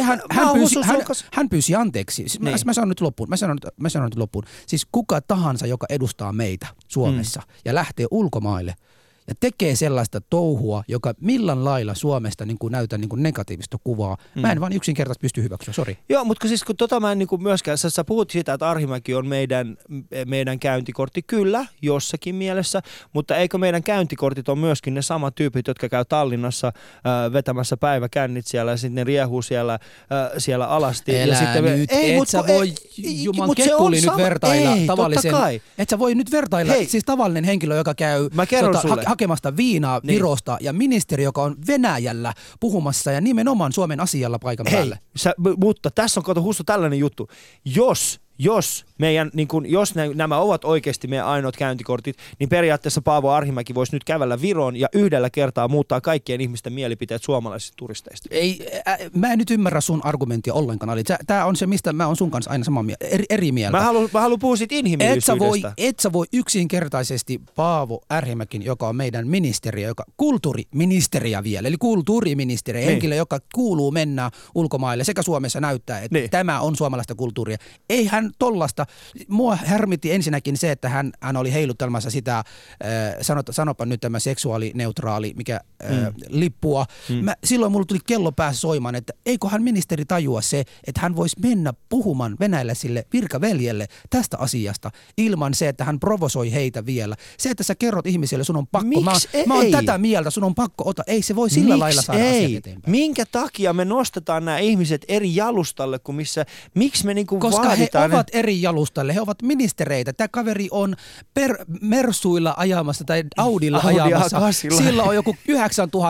hän pyysi anteeksi. Mä sanon nyt loppuun. Siis kuka tahansa, joka edustaa meitä Suomessa ja lähtee ulkomaille ja tekee sellaista touhua, joka millään lailla Suomesta niin kuin näytä niin kuin negatiivista kuvaa. Mä en vaan yksinkertaisesti pysty hyväksyä, sori. Joo, mutta siis kun mä en niin kuin myöskään, sä puhut siitä, että Arhimäki on meidän käyntikortti, kyllä, jossakin mielessä, mutta eikö meidän käyntikortit on myöskin ne samat tyypit, jotka käy Tallinnassa vetämässä päiväkännit siellä ja sitten ne riehuu siellä alasti. Älä ja sitten nyt, et sä voi Juman kekkuli nyt vertailla tavallisen. Et sä voi nyt vertailla, siis tavallinen henkilö, joka käy hakemasta viinaa Virosta ja ministeri, joka on Venäjällä puhumassa ja nimenomaan Suomen asialla paikan päällä. Mutta tässä on Hussu tällainen juttu. Jos nämä ovat oikeasti meidän ainoat käyntikortit, niin periaatteessa Paavo Arhimäki voisi nyt kävellä Viroon ja yhdellä kertaa muuttaa kaikkien ihmisten mielipiteet suomalaisista turisteista. Mä en nyt ymmärrä sun argumenttia ollenkaan. Tämä on se, mistä mä oon sun kanssa aina samaa eri mieltä. Mä haluan puhua siitä inhimillisyydestä. Et sä voi yksinkertaisesti Paavo Arhimäkin, joka on meidän ministeriö, kulttuuriministeriä vielä, eli kulttuuriministeriö, henkilö, joka kuuluu mennä ulkomaille sekä Suomessa näyttää, että tämä on suomalaista kulttuuria. Ei hän tollasta. Mua härmitti ensinnäkin se, että hän oli heiluttelmassa sitä, sanopa nyt tämä seksuaalineutraali, lippua. Silloin mulla tuli kello päässä soimaan, että eiköhän ministeri tajua se, että hän voisi mennä puhumaan venäläisille virkaveljelle tästä asiasta ilman se, että hän provosoi heitä vielä. Se, että sä kerrot ihmisille, sun on pakko. Mä oon tätä mieltä, sun on pakko ei se voi sillä lailla saada asiat eteenpäin. Minkä takia me nostetaan nämä ihmiset eri jalustalle, kuin miksi me niinku koska vaaditaan? He ovat eri jalustalle, he ovat ministereitä. Tämä kaveri on Mersuilla ajamassa tai Audilla ajamassa. Sillä on joku 9 000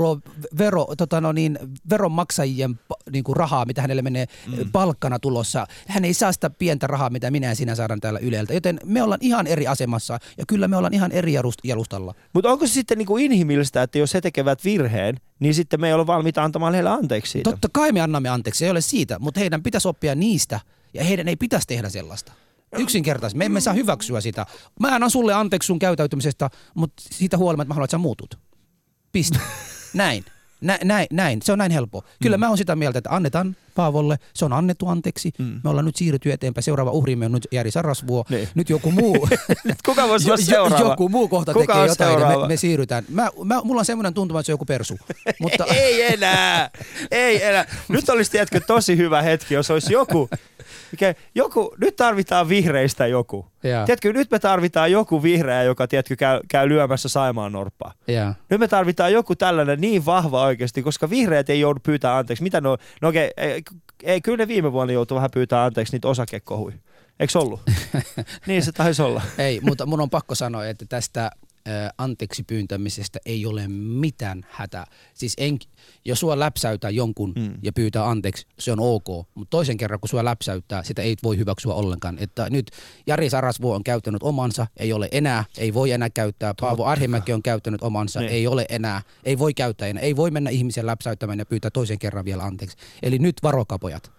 € veronmaksajien rahaa, mitä hänelle menee palkkana tulossa. Hän ei saa sitä pientä rahaa, mitä minä ja sinä saadaan täällä Yleltä. Joten me ollaan ihan eri asemassa ja kyllä me ollaan ihan eri jalustalla. Mutta onko se sitten niinku inhimillistä, että jos he tekevät virheen, niin sitten me ei ole valmiita antamaan heille anteeksi siitä? Totta kai me annamme anteeksi, ei ole siitä, mutta heidän pitäisi oppia niistä. Ja heidän ei pitäisi tehdä sellaista. Yksinkertaisesti. Me emme saa hyväksyä sitä. Mä annan sulle anteeksi sun käyttäytymisestä, mutta siitä huolimatta mä haluan, että sä muutut. Piste. Näin. Näin. Se on näin helppo. Kyllä mä oon sitä mieltä, että annetaan Paavolle. Se on annettu anteeksi. Me ollaan nyt siirrytty eteenpäin. Seuraava uhrimme on nyt Jari Sarasvuo. Nyt joku muu. Kuka voisi olla seuraava? Joku muu kohta tekee jotain ja me siirrytään. Mulla on semmoinen tuntuma, että se on joku persu. Mutta Ei enää. Nyt olisi tiedätkö tosi hyvä hetki, jos olisi joku, nyt tarvitaan vihreistä joku. Tiedätkö, nyt me tarvitaan joku vihreä, joka tiedätkö, käy lyömässä saimaannorppaa. Nyt me tarvitaan joku tällainen niin vahva oikeasti, koska vihreät ei joudu pyytää anteeksi. Mitä no okei, kyllä ne viime vuonna joutui vähän pyytää anteeksi niitä osakekohuja. Eikö ollut? Niin se taisi olla. Ei, mutta mun on pakko sanoa, että tästä anteeksi pyyntämisestä ei ole mitään hätää. Siis jos sua läpsäytää jonkun ja pyytää anteeksi, se on ok. Mutta toisen kerran, kun sua läpsäyttää, sitä ei voi hyväksyä ollenkaan. Että nyt Jari Sarasvuo on käyttänyt omansa, ei ole enää, ei voi enää käyttää. Paavo Arhimäki on käyttänyt omansa, ei ole enää, ei voi käyttää enää. Ei voi mennä ihmisen läpsäyttämään ja pyytää toisen kerran vielä anteeksi. Eli nyt varokaa pojat.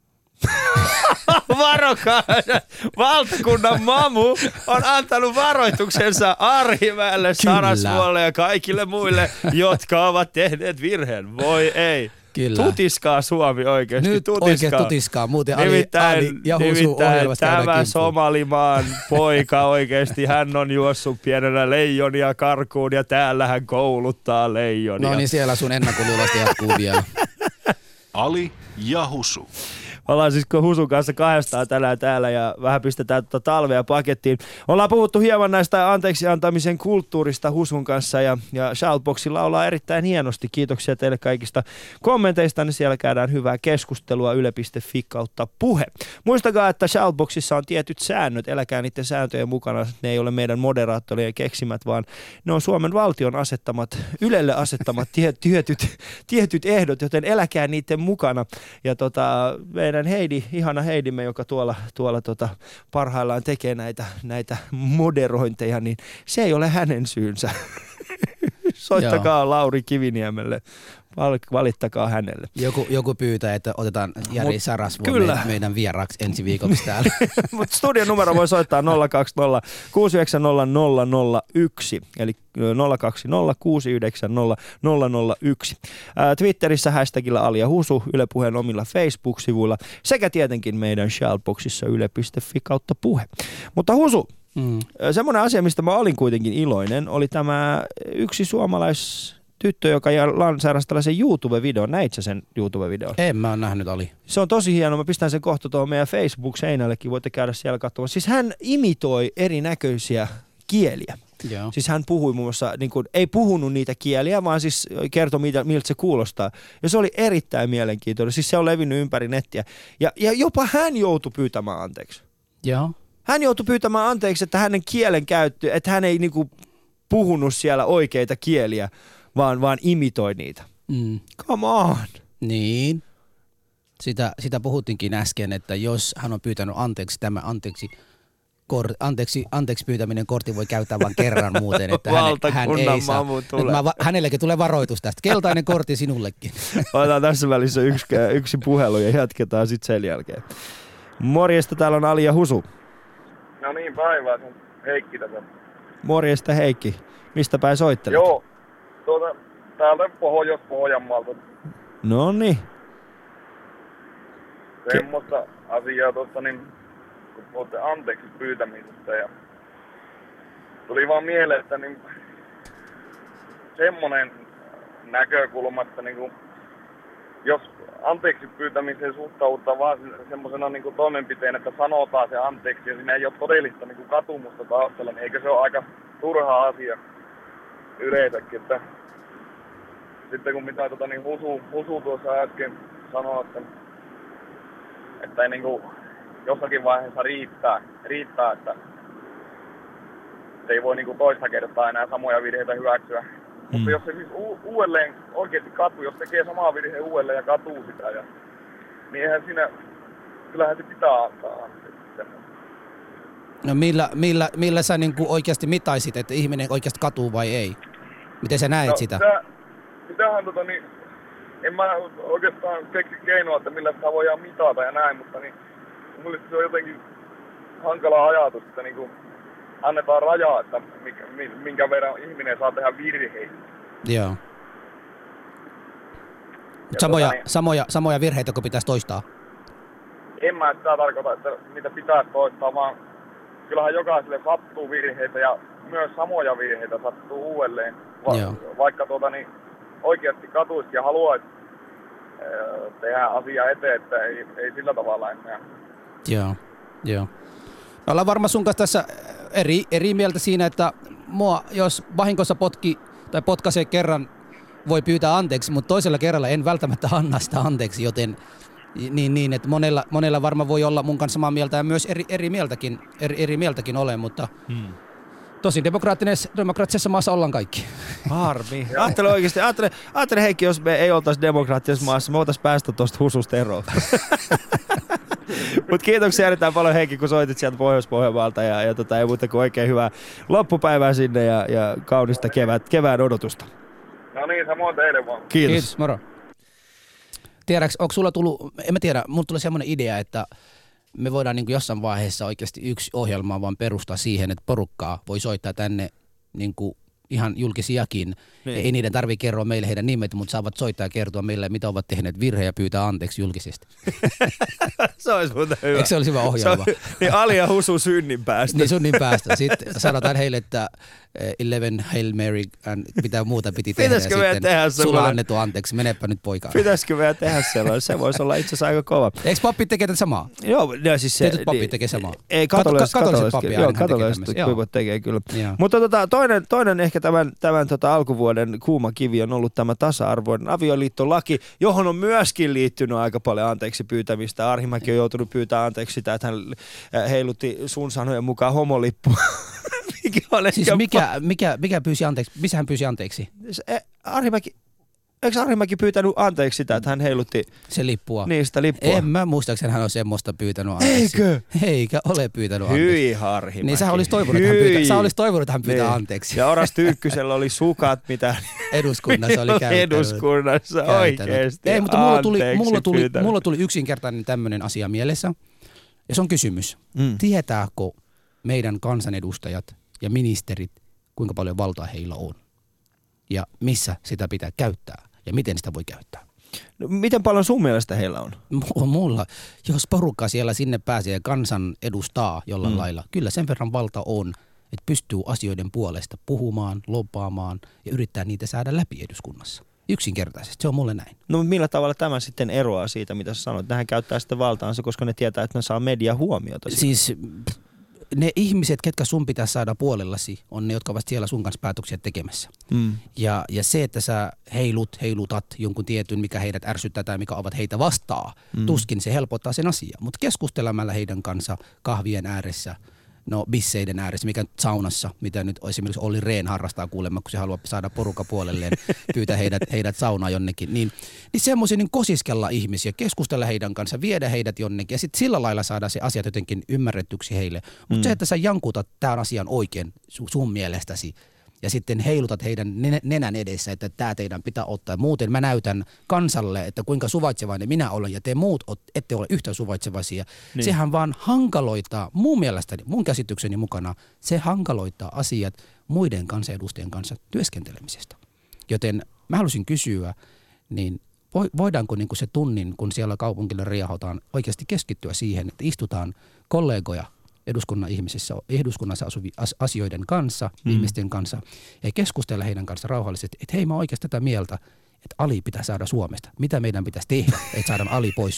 Varokaa! Valtakunnan mamu on antanut varoituksensa Arhimäelle, Sarasvuolle ja kaikille muille, jotka ovat tehneet virheen. Voi ei. Kyllä. Tutiskaa Suomi oikeasti. Nyt oikein tutiskaa. Muuten nimittäin Ali ja Husu ohjelmasta tämä Somalimaan poika oikeasti, hän on juossut pienenä leijonia karkuun ja täällä hän kouluttaa leijonia. No niin, siellä sun ennakkoluulosta jatkuu vielä. Ali ja Husu. Ollaan siis Husun kanssa kahdestaan tänään täällä ja vähän pistetään talvea pakettiin. Ollaan puhuttu hieman näistä anteeksi antamisen kulttuurista Husun kanssa ja Shoutboxilla ollaan erittäin hienosti. Kiitoksia teille kaikista kommenteista, niin siellä käydään hyvää keskustelua yle.fi/puhe. Muistakaa, että Shoutboxissa on tietyt säännöt, eläkää niiden sääntöjen mukana. Ne ei ole meidän moderaattorien keksimät, vaan ne on Suomen valtion asettamat, Ylelle asettamat tietyt ehdot, joten eläkää niiden mukana. Ja meidän ihana Heidimme, joka tuolla parhaillaan tekee näitä moderointeja, niin se ei ole hänen syynsä. Soittakaa Joo. Lauri Kiviniemelle, valittakaa hänelle. Joku pyytää, että otetaan Jari Sarasvuo meidän vieraaksi ensi viikoksi täällä. Mutta studion numero voi soittaa 020 690 001, eli 020 690 001. Twitterissä hashtagillä Ali ja Husu, Yle Puheen omilla Facebook-sivuilla sekä tietenkin meidän Shoutboxissa yle.fi/puhe. Mutta Husu, semmoinen asia, mistä mä olin kuitenkin iloinen, oli tämä yksi suomalaistyttö, joka lanseerasi tällaisen YouTube-videon. Näit sä sen YouTube-videon? En mä oon nähnyt, Ali. Se on tosi hieno. Mä pistän sen kohta tuohon meidän Facebook-seinällekin. Voitte käydä siellä katsomaan. Siis hän imitoi erinäköisiä kieliä. Joo. Siis hän puhui muun muassa, niin kuin, ei puhunut niitä kieliä, vaan siis kertoi miltä se kuulostaa. Ja se oli erittäin mielenkiintoinen. Siis se on levinnyt ympäri nettiä. Ja jopa hän joutui pyytämään anteeksi. Joo. Hän joutui pyytämään anteeksi, että hänen kielen käyttö, että hän ei niinku puhunut siellä oikeita kieliä, vaan imitoi niitä. Come on. Niin. Sitä puhuttiinkin äsken, että jos hän on pyytänyt anteeksi, tämä anteeksi pyytäminen kortti voi käyttää vain kerran muuten, että hän ei saa. Hänellekin tulee varoitus tästä. Keltainen kortti sinullekin. Otetaan tässä välissä yksi puhelu ja jatketaan sitten sen jälkeen. Morjesta, täällä on Ali ja Husu. No niin, päivää. Se on Heikki tässä. Morjesta Heikki. Mistä päin soittelet? Joo, täältä Pohjanmaalta. No niin. Semmoista asiaa tuosta, niin kun puhutte anteeksi pyytämisestä ja tuli vaan mieleen, että niin semmoinen näkökulma, että niin kuin, jos anteeksi pyytämiseen suhtaudutaan vaan semmoisena niin kuin toimenpiteen, että sanotaan se anteeksi ja siinä ei ole todellista niin kuin katumusta taustalla, niin eikö se ole aika turha asia yleensäkin, että sitten kun mitä niin Husu tuossa äsken sanoi, että ei niin kuin jossakin vaiheessa riittää, että ei voi niin kuin toista kertaa enää samoja virheitä hyväksyä. Mutta jos se siis uudelleen oikeasti katuu, jos tekee samaa virheen uudelleen ja katuu sitä, niin eihän siinä, kyllähän se pitää antaa. No millä sä niin kuin oikeasti mitaisit, että ihminen oikeasti katuu vai ei? Miten sä näet sitä? Sitähän niin, en mä oikeastaan keksi keinoa, että millä sitä voidaan mitata ja näin, mutta niin, mulle se on jotenkin hankala ajatus, että niin kuin annetaan rajaa, että minkä verran ihminen saa tehdä virheitä. Joo. Samoja virheitä, kun pitäisi toistaa? En mä sitä tarkoita, että niitä pitäisi toistaa, vaan kyllähän jokaiselle sattuu virheitä ja myös samoja virheitä sattuu uudelleen. Vaikka niin oikeasti katuisi ja haluaisi tehdä asiaa eteen, että ei sillä tavalla enää. Joo. Me ollaan varmaan sun kanssa tässä eri mieltä siinä, että mua, jos vahingossa potkaisee kerran, voi pyytää anteeksi, mutta toisella kerralla en välttämättä anna sitä anteeksi, joten niin että monella varmaan voi olla mun kanssa samaa mieltä ja myös eri mieltäkin ole, mutta Tosin demokraattisessa maassa ollaan kaikki. Harmi. Ajattele oikeasti, ajattele Heikki, jos me ei oltaisi demokraattisessa maassa, me voitaisiin päästä tuosta Hususta eroon. Mutta kiitoksia erittäin paljon Heikki, kun soitit sieltä Pohjois-Pohjanmaalta ja ei muuta kuin oikein hyvää loppupäivää sinne ja kaunista kevään odotusta. No niin, samoin teille vaan. Kiitos. Moro. Tiedätkö, onko sulla tullut, en mä tiedä, mulla tuli semmoinen idea, että me voidaan niin kuin jossain vaiheessa oikeasti yksi ohjelma vaan perustaa siihen, että porukkaa voi soittaa tänne niin kuin ihan julkisiakin. Niin. Ei niiden tarvitse kertoa meille heidän nimet, mutta saavat soittaa ja kertoa meille, mitä ovat tehneet virheen ja pyytää anteeksi julkisesti. Se olisi muuten hyvä. Eikö se olisi hyvä ohjelma? Niin Ali ja Husu synnin päästä. Niin synnin päästä. Sitten sanotaan heille, että 11 Hail Mary mitä muuta piti tehdä. Pitäisikö meidän tehdä sulla sellainen? annettu anteeksi, menepä nyt poikaan. Pitäisikö meidän tehdä sellainen? Se voisi olla itse asiassa aika kova. Eikö pappit tekee tätä samaa? Joo, siis se... Tietyt pappit tekee samaa. Ei, katoliset pappi kuivat tekee kyllä. Mutta toinen ehkä tämän alkuvuoden kuuma kivi on ollut tämä tasa-arvoinen avioliittolaki, johon on myöskin liittynyt aika paljon anteeksi pyytämistä. Arhimäki on joutunut pyytämään anteeksi sitä, että hän heilutti sun sanojen mukaan homolippua. Siis mikä pyysi anteeksi? Missä hän pyysi anteeksi? Eikö Arhimäki pyytänyt anteeksi sitä, että hän heilutti se lippua? Niin, sitä lippua. En mä muistaakseni hän on semmoista pyytänyt anteeksi. Eikö? Eikä ole pyytänyt anteeksi. Hyi Arhimäki. Niin sä olisit toivonut, että hän pyytää anteeksi. Ja Oras Tyykkysellä oli sukat, mitä eduskunnassa oli käyttänyt. Eduskunnassa oikeesti. Ei, mutta mulla tuli yksinkertainen tämmöinen asia mielessä. Ja se on kysymys. Tietääkö meidän kansanedustajat ja ministerit, kuinka paljon valtaa heillä on? Ja missä sitä pitää käyttää? Ja miten sitä voi käyttää? No, miten paljon sun mielestä heillä on? Mulla, jos porukka siellä sinne pääsee ja kansan edustaa jollain lailla, kyllä sen verran valta on, että pystyy asioiden puolesta puhumaan, lobbaamaan ja yrittää niitä saada läpi eduskunnassa. Yksinkertaisesti, se on mulle näin. No millä tavalla tämä sitten eroaa siitä, mitä sä sanoit? Nähän käyttää sitten valtaansa, koska ne tietää, että ne saa media huomiota. Siis ne ihmiset, ketkä sun pitää saada puolellasi, on ne, jotka ovat siellä sun kanssa päätöksiä tekemässä. Ja se, että sä heilutat jonkun tietyn, mikä heidät ärsyttää tai mikä ovat heitä vastaa, tuskin se helpottaa sen asian. Mutta keskustelemalla heidän kanssa kahvien ääressä, bisseiden ääressä, mikä saunassa, mitä nyt esimerkiksi Olli Rehn harrastaa kuulemma, kun se haluaa saada porukka puolelleen, pyytää heidät saunaan jonnekin, niin semmoisia niin kosiskella ihmisiä, keskustella heidän kanssa, viedä heidät jonnekin ja sitten sillä lailla saada se asiat jotenkin ymmärrettyksi heille. Mutta se, että sä jankutat tämän asian oikein sun mielestäsi ja sitten heilutat heidän nenän edessä, että tämä teidän pitää ottaa. Muuten mä näytän kansalle, että kuinka suvaitsevainen minä olen ja te muut ette ole yhtä suvaitsevaisia. Niin. Sehän vaan hankaloittaa, mun mielestäni, mun käsitykseni mukana, se hankaloittaa asiat muiden kansanedustajien kanssa työskentelemisestä. Joten mä halusin kysyä, niin voidaanko niin kuin se tunnin, kun siellä kaupungilla riehotaan, oikeasti keskittyä siihen, että istutaan kollegoja eduskunnassa asuvien asioiden kanssa, ihmisten kanssa, ja keskustella heidän kanssa rauhallisesti, että hei, mä oon oikeasti tätä mieltä, että Ali pitää saada Suomesta. Mitä meidän pitäisi tehdä, että saadaan Ali pois?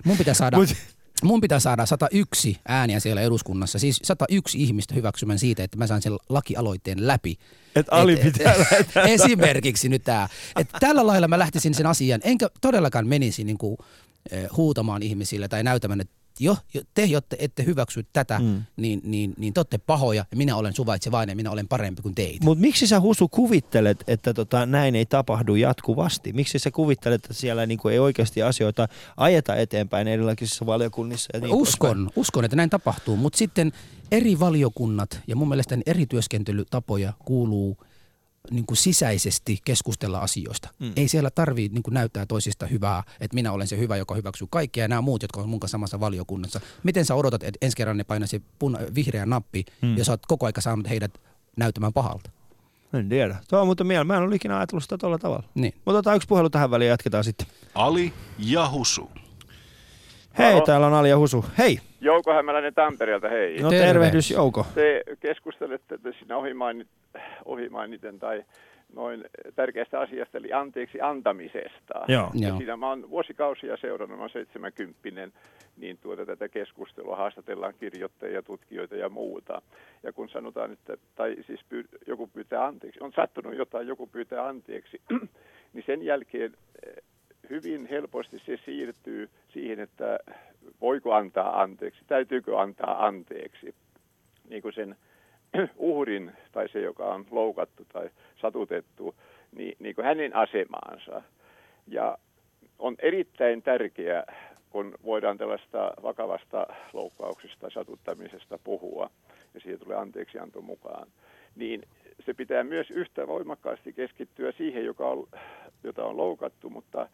Mun pitää saada 101 ääniä siellä eduskunnassa, siis 101 ihmistä hyväksymään siitä, että mä saan sen lakialoitteen läpi. Että Ali pitää lähteä. Esimerkiksi nyt tämä. Että tällä lailla mä lähtisin sen asian, enkä todellakaan menisi niin kuin huutamaan ihmisille tai näytämään, että te, jotta ette hyväksy tätä, niin te olette pahoja ja minä olen suvaitsevainen, minä olen parempi kuin teitä. Mutta miksi sä, Husu, kuvittelet, että näin ei tapahdu jatkuvasti? Miksi sä kuvittelet, että siellä niinku ei oikeasti asioita ajeta eteenpäin erilaisissa valiokunnissa? Ja niin uskon, että näin tapahtuu, mutta sitten eri valiokunnat ja mun mielestä eri työskentelytapoja kuuluu niin kuin sisäisesti keskustella asioista. Ei siellä tarvitse niin kuin näyttää toisista hyvää, että minä olen se hyvä, joka hyväksyy kaikkia ja nämä muut, jotka on mun kanssa samassa valiokunnassa. Miten sä odotat, että ensi kerran ne painaa se vihreä nappi ja sä oot koko aika saanut heidät näyttämään pahalta? En tiedä. Tuo on muuten mieleen. Mä en ole ikinä ajatellut sitä tuolla tavalla. Niin. Mutta otetaan yksi puhelu tähän väliin ja jatketaan sitten. Ali ja Husu. Hei, täällä on Ali ja Husu. Hei. Jouko Hämäläinen Tampereelta, hei. No tervehdys, Jouko. Te keskustelette siinä ohimainiten tai noin tärkeästä asiasta, eli anteeksi antamisesta. Joo. Ja siinä mä oon vuosikausia seurannut, mä oon 70, niin tätä keskustelua haastatellaan kirjoittajia, tutkijoita ja muuta. Ja kun sanotaan, että tai siis joku pyytää anteeksi, on sattunut jotain, joku pyytää anteeksi, niin sen jälkeen hyvin helposti se siirtyy siihen, että voiko antaa anteeksi, täytyykö antaa anteeksi. Niin kuin sen uhrin tai se, joka on loukattu tai satutettu, niin kuin hänen asemaansa. Ja on erittäin tärkeää, kun voidaan tällaista vakavasta loukkauksesta, satuttamisesta puhua, ja siihen tulee anteeksianto mukaan, niin se pitää myös yhtä voimakkaasti keskittyä siihen, jota on loukattu, mutta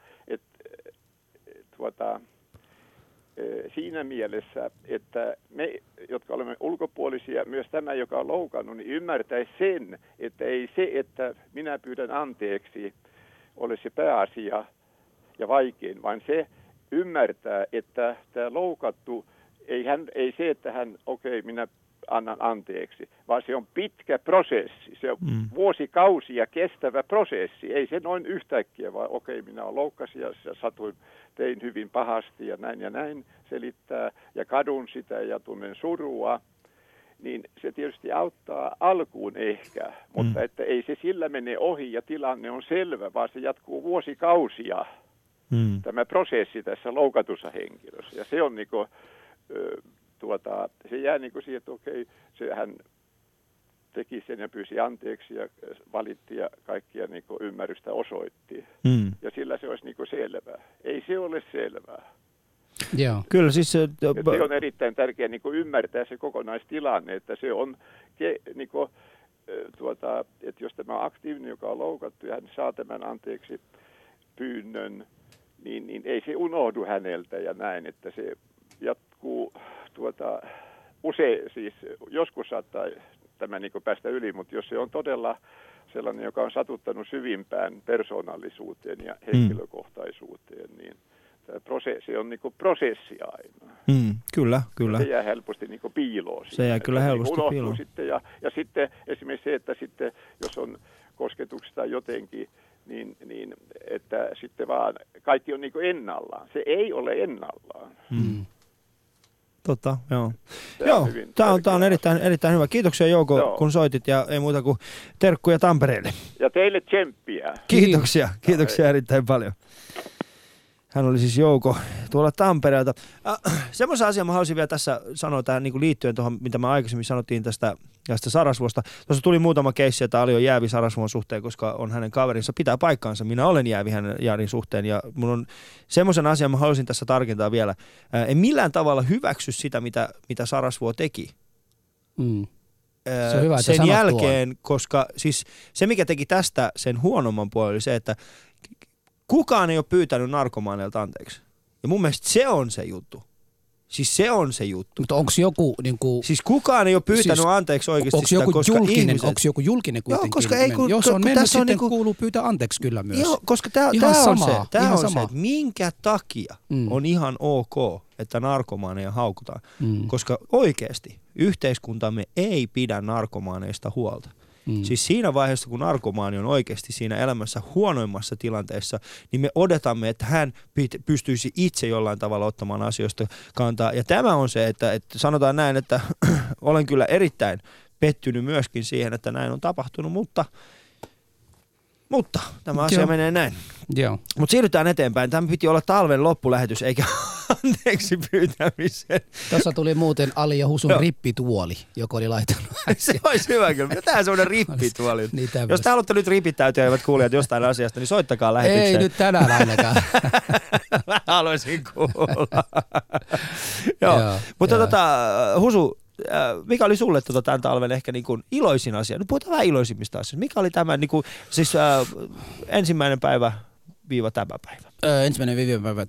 siinä mielessä, että me, jotka olemme ulkopuolisia, myös tämä, joka on loukannut, niin ymmärtäisi sen, että ei se, että minä pyydän anteeksi, ole se pääasia ja vaikein, vaan se ymmärtää, että tämä loukattu, ei se, että hän, minä annan anteeksi, vaan se on pitkä prosessi. Se on vuosikausia kestävä prosessi. Ei se noin yhtäkkiä, vaan minä olen loukkasin ja tein hyvin pahasti ja näin selittää ja kadun sitä ja tunnen surua. Niin se tietysti auttaa alkuun ehkä, mutta että ei se sillä mene ohi ja tilanne on selvä, vaan se jatkuu vuosikausia. Tämä prosessi tässä loukatussa henkilössä. Ja se on niinku, se jää niinku siihen, että hän teki sen ja pyysi anteeksi ja valitti ja kaikkia niinku ymmärrystä osoitti. Ja sillä se olisi niinku selvää. Ei se ole selvää. Joo. Kyllä siis se on erittäin tärkeää niinku ymmärtää se kokonaistilanne, että se on niinku, että jos tämä on aktiivinen, joka on loukattu ja hän saa tämän anteeksi pyynnön, niin ei se unohdu häneltä ja näin, että se jatkuu usein, siis joskus saattaa tämä niin kuin päästä yli, mutta jos se on todella sellainen, joka on satuttanut syvimpään persoonallisuuteen ja henkilökohtaisuuteen, niin tämä prosessi on niin kuin prosessi aina. Kyllä. Se jää helposti niin kuin piiloon. Se jää kyllä helposti piiloon. Ja sitten esimerkiksi se, että sitten, jos on kosketuksesta jotenkin, niin että sitten vaan kaikki on niin kuin ennallaan. Se ei ole ennallaan. Totta, joo. Tämä on erittäin hyvä. Kiitoksia Jouko, kun soitit ja ei muuta kuin terkkuja Tampereelle. Ja teille tsemppiä. Kiitoksia erittäin paljon. Hän oli siis Jouko tuolla Tampereelta. Semmoisen asian mä haluaisin vielä tässä sanoa tähän niin kuin liittyen tuohon, mitä mä aikaisemmin sanottiin tästä Sarasvuosta. Tuossa tuli muutama keissi, että Ali on jäävi Sarasvuon suhteen, koska on hänen kaverinsa. Pitää paikkaansa. Minä olen jäävi hänen Jaarin suhteen ja mun on semmoisen asian, mä haluaisin tässä tarkentaa vielä. En millään tavalla hyväksy sitä, mitä Sarasvuo teki. Se on hyvä, sen jälkeen, koska siis se, mikä teki tästä sen huonomman puolella, oli se, että kukaan ei ole pyytänyt narkomaaneilta anteeksi. Ja mun mielestä se on se juttu. Siis se on se juttu. Mutta onko joku niinku... Siis kukaan ei ole pyytänyt anteeksi oikeasti sitä, koska ihmiset... Onko joku julkinen kuitenkin? Joo, koska ei, jos on mennyt, sitten niinku... kuuluu pyytää anteeksi kyllä myös. Joo, koska tämä on se, että minkä takia on ihan ok, että narkomaaneja haukutaan. Koska oikeasti yhteiskuntamme ei pidä narkomaaneista huolta. Siis siinä vaiheessa, kun narkomaani on oikeasti siinä elämässä huonoimmassa tilanteessa, niin me odotamme, että hän pystyisi itse jollain tavalla ottamaan asioista kantaa. Ja tämä on se, että sanotaan näin, että olen kyllä erittäin pettynyt myöskin siihen, että näin on tapahtunut, mutta tämä asia menee näin. Mutta siirrytään eteenpäin. Tämä piti olla talven loppulähetys, eikä anteeksi pyytämisen. Tuossa tuli muuten Ali ja Husun rippituoli, joka oli laittanut. Se olisi hyvä kyllä. Tämä on semmoinen rippituoli. Jos te haluatte nyt ripittäytyä, eivät kuulijat jostain asiasta, niin soittakaa lähetykseen. Ei nyt tänään ainakaan. Mä haluaisin kuulla. Joo. Mutta Husu, mikä oli sulle tämän talven ehkä niin kuin iloisin asia? Nyt puhutaan vähän iloisimmista asioista. Mikä oli tämä niin kuin, siis ensimmäinen päivä viiva tämä päivä? Ensimmäinen päivä.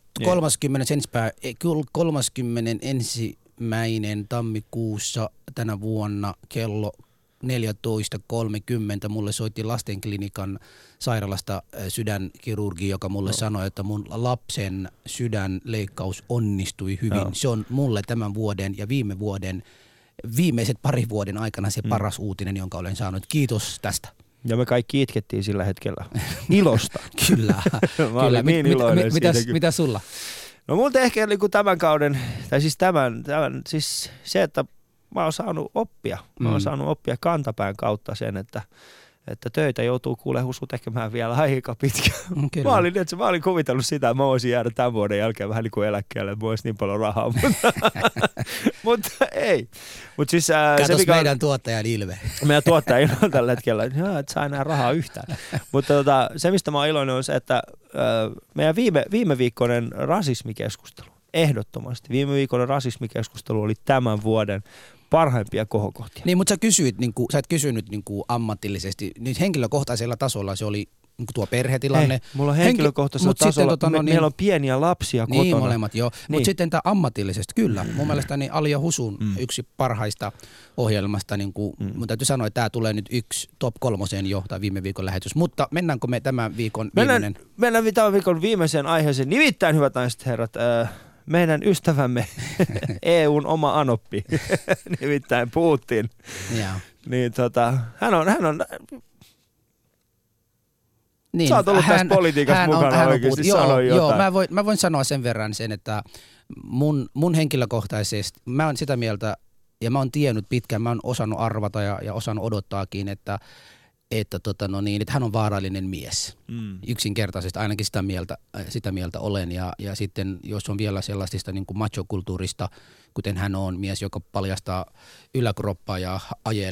31. tammikuussa tänä vuonna kello 14.30 mulle soitti lastenklinikan sairaalasta sydänkirurgi, joka mulle sanoi, että mun lapsen sydänleikkaus onnistui hyvin. Se on mulle tämän vuoden ja viime vuoden viimeiset pari vuoden aikana se paras uutinen, jonka olen saanut. Kiitos tästä. Ja me kaikki itkettiin sillä hetkellä ilosta. Kyllä. Mä olin niin iloinen mitä sulla? No multa ehkä tämän kauden, tai siis tämän siis se, että mä oon saanut oppia. Mä oon saanut oppia kantapään kautta sen, että että töitä joutuu kuule Husu tekemään vielä aika pitkään. Mä olin kuvitellut sitä, että mä voisin jäädä tämän vuoden jälkeen vähän niin kuin eläkkeelle, että mulla olisi niin paljon rahaa, mutta ei. Mut siis, katos meidän tuottajan ilme. Meidän tuottaja ilme tällä hetkellä, että et saa enää rahaa yhtään. Mutta se, mistä mä oon iloinen, on se, että meidän viime viikkoinen rasismikeskustelu, ehdottomasti viime viikon rasismikeskustelu oli tämän vuoden parhaimpia kohokohtia. Niin, mutta sä et kysynyt ammatillisesti, niin henkilökohtaisella tasolla se oli tuo perhetilanne. Hei, mulla on henkilökohtaisella tasolla, meillä on pieniä lapsia kotona. Niin, molemmat, joo. Niin. Mutta sitten tämä ammatillisesti, kyllä. Mun mielestäni Ali ja Husun yksi parhaista ohjelmasta, mun täytyy sanoa, että tämä tulee nyt yksi top 3 jo, tai viime viikon lähetys. Mutta mennäänkö me tämän viikon viimeinen? Mennään tämän viikon viimeiseen aiheeseen. Nimittäin, hyvät naiset herrat, meidän ystävämme EUn oma anoppi, nimittäin Putin. Yeah. Niin hän on niin, sä oot ollut tässä politiikassa mukana oikeasti, sano jotain. Joo, mä voin sanoa sen verran sen, että mun henkilökohtaisesti, mä oon sitä mieltä, ja mä oon tiennyt pitkään, mä oon osannut arvata ja osannut odottaakin, että hän on vaarallinen mies. Yksinkertaisesti ainakin sitä mieltä olen. Ja sitten jos on vielä sellaista niin kuin machokulttuurista, kuten hän on mies, joka paljastaa yläkroppaa ja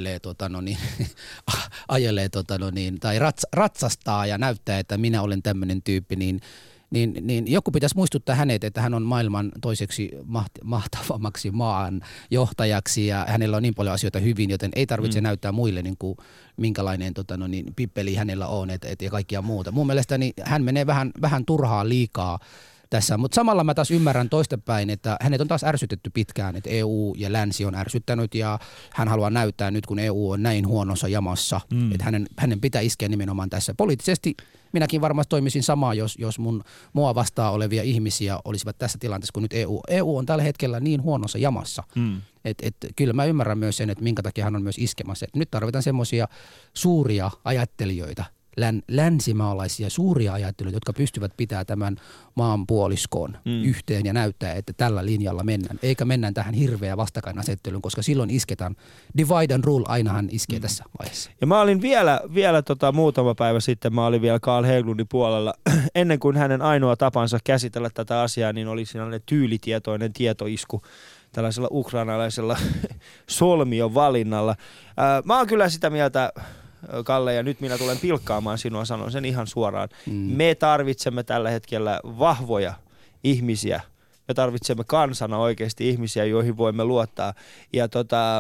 ajelee tai ratsastaa ja näyttää, että minä olen tämmöinen tyyppi, niin joku pitäisi muistuttaa hänet, että hän on maailman toiseksi mahtavammaksi maan johtajaksi ja hänellä on niin paljon asioita hyvin, joten ei tarvitse näyttää muille niin kuin minkälainen pippeli hänellä on ja kaikkia muuta. Mun mielestäni hän menee vähän turhaa liikaa tässä, mutta samalla mä taas ymmärrän toistepäin, että hänet on taas ärsytetty pitkään, että EU ja länsi on ärsyttänyt ja hän haluaa näyttää nyt, kun EU on näin huonossa jamassa, että hänen pitää iskeä nimenomaan tässä. Poliittisesti minäkin varmasti toimisin samaa, jos mua vastaan olevia ihmisiä olisivat tässä tilanteessa kuin nyt EU. EU on tällä hetkellä niin huonossa jamassa, että kyllä mä ymmärrän myös sen, että minkä takia hän on myös iskemässä. Että nyt tarvitaan semmoisia suuria ajattelijoita, länsimaalaisia suuria ajattelijoita, jotka pystyvät pitämään tämän maanpuoliskoon yhteen ja näyttää, että tällä linjalla mennään. Eikä mennään tähän hirveä vastakkainasetteluun, koska silloin isketään. Divide and rule ainahan iskee tässä vaiheessa. Ja mä olin vielä muutama päivä sitten, mä olin vielä Carl Hägglundin puolella. Ennen kuin hänen ainoa tapansa käsitellä tätä asiaa, niin oli sellainen tyylitietoinen tietoisku tällaisella ukrainalaisella solmion valinnalla. Mä oon kyllä sitä mieltä, Kalle, ja nyt minä tulen pilkkaamaan sinua, sanon sen ihan suoraan. Me tarvitsemme tällä hetkellä vahvoja ihmisiä. Me tarvitsemme kansana oikeasti ihmisiä, joihin voimme luottaa. Ja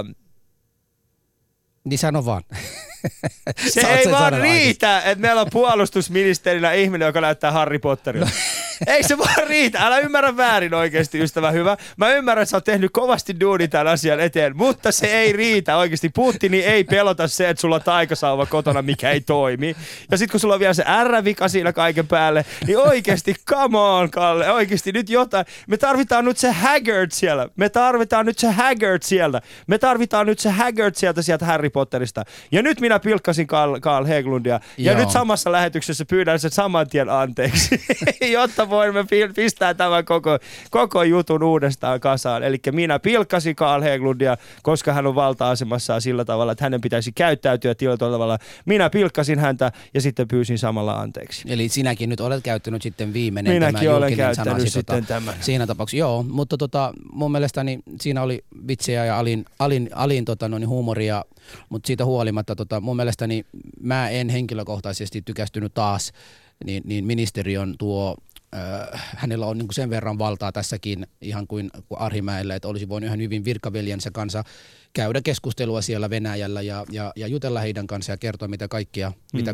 niin sano vaan. Se ei vaan riitä, että meillä on puolustusministerinä ihminen, joka näyttää Harry Potterilta. Ei se vaan riitä. Älä ymmärrä väärin oikeasti, ystävä hyvä. Mä ymmärrän, että sä oot tehnyt kovasti duuni tämän asian eteen, mutta se ei riitä oikeasti. Putini ei pelota se, että sulla on taikasauva kotona, mikä ei toimi. Ja sit kun sulla on vielä se R-vika siinä kaiken päälle, niin oikeasti, come on, Kalle, oikeasti nyt jotain. Me tarvitaan nyt se Haggard siellä. Me tarvitaan nyt se Haggard sieltä Harry Potterista. Ja nyt minä pilkkasin Carl Hägglundia. Ja nyt samassa lähetyksessä pyydän sen saman tien anteeksi, jotta voimme pistää tämän koko jutun uudestaan kasaan. Eli minä pilkkasin Carl Hägglundia, koska hän on valta-asemassaan sillä tavalla, että hänen pitäisi käyttäytyä tällä tavalla. Minä pilkkasin häntä ja sitten pyysin samalla anteeksi. Eli sinäkin nyt olet käyttänyt sitten viimeinen Minäkin tämä olen julkinen käyttänyt sanasi, sitten tämän. Siinä tapauksessa, joo, mutta mun mielestäni siinä oli vitsejä ja alin huumoria, mutta siitä huolimatta mun mielestäni mä en henkilökohtaisesti tykästynyt taas, niin ministeriön hänellä on niin kuin sen verran valtaa tässäkin ihan kuin Arhimäellä, että olisi voinut ihan hyvin virkaveljensä kanssa käydä keskustelua siellä Venäjällä ja jutella heidän kanssa ja kertoa mitä kaikkea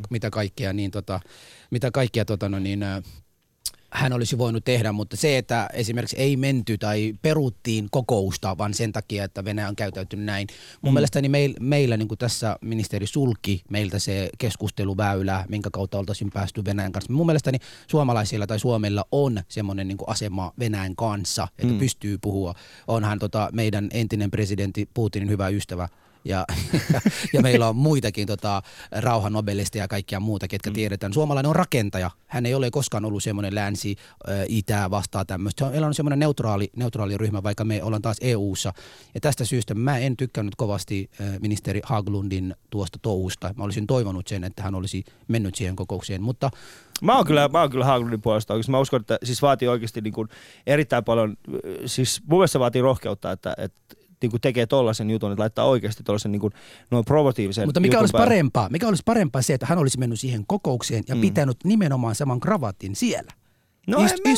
hän olisi voinut tehdä, mutta se, että esimerkiksi ei menty tai peruttiin kokousta, vaan sen takia, että Venäjä on käyttäytynyt näin. Mun mielestäni meillä niin kuin tässä ministeri sulki meiltä se keskusteluväylä, minkä kautta oltaisiin päästy Venäjän kanssa. Mun mielestäni suomalaisilla tai Suomella on semmoinen niin kuin asema Venäjän kanssa, että pystyy puhua. Onhan meidän entinen presidentti Putinin hyvä ystävä Ja meillä on muitakin rauhanobelisteja ja kaikkia muuta, ketkä tiedetään. Suomalainen on rakentaja. Hän ei ole koskaan ollut semmoinen länsi, itä vastaa tämmöistä. Meillä on semmoinen neutraali ryhmä, vaikka me ollaan taas EU:ssa. Ja tästä syystä mä en tykkännyt kovasti ministeri Haglundin tuosta touhusta. Mä olisin toivonut sen, että hän olisi mennyt siihen kokoukseen, mutta Mä oon kyllä Haglundin puolesta oikeasti. Mä uskon, että siis vaatii oikeasti niin kuin erittäin paljon, siis mun mielestä vaatii rohkeutta, että niin kuin tekee tollaisen jutun, että laittaa oikeasti tollaisen niin kuin noin provokatiivisen mutta mikä olisi parempaa? Mikä olisi parempaa se, että hän olisi mennyt siihen kokoukseen ja pitänyt nimenomaan saman kravatin siellä? No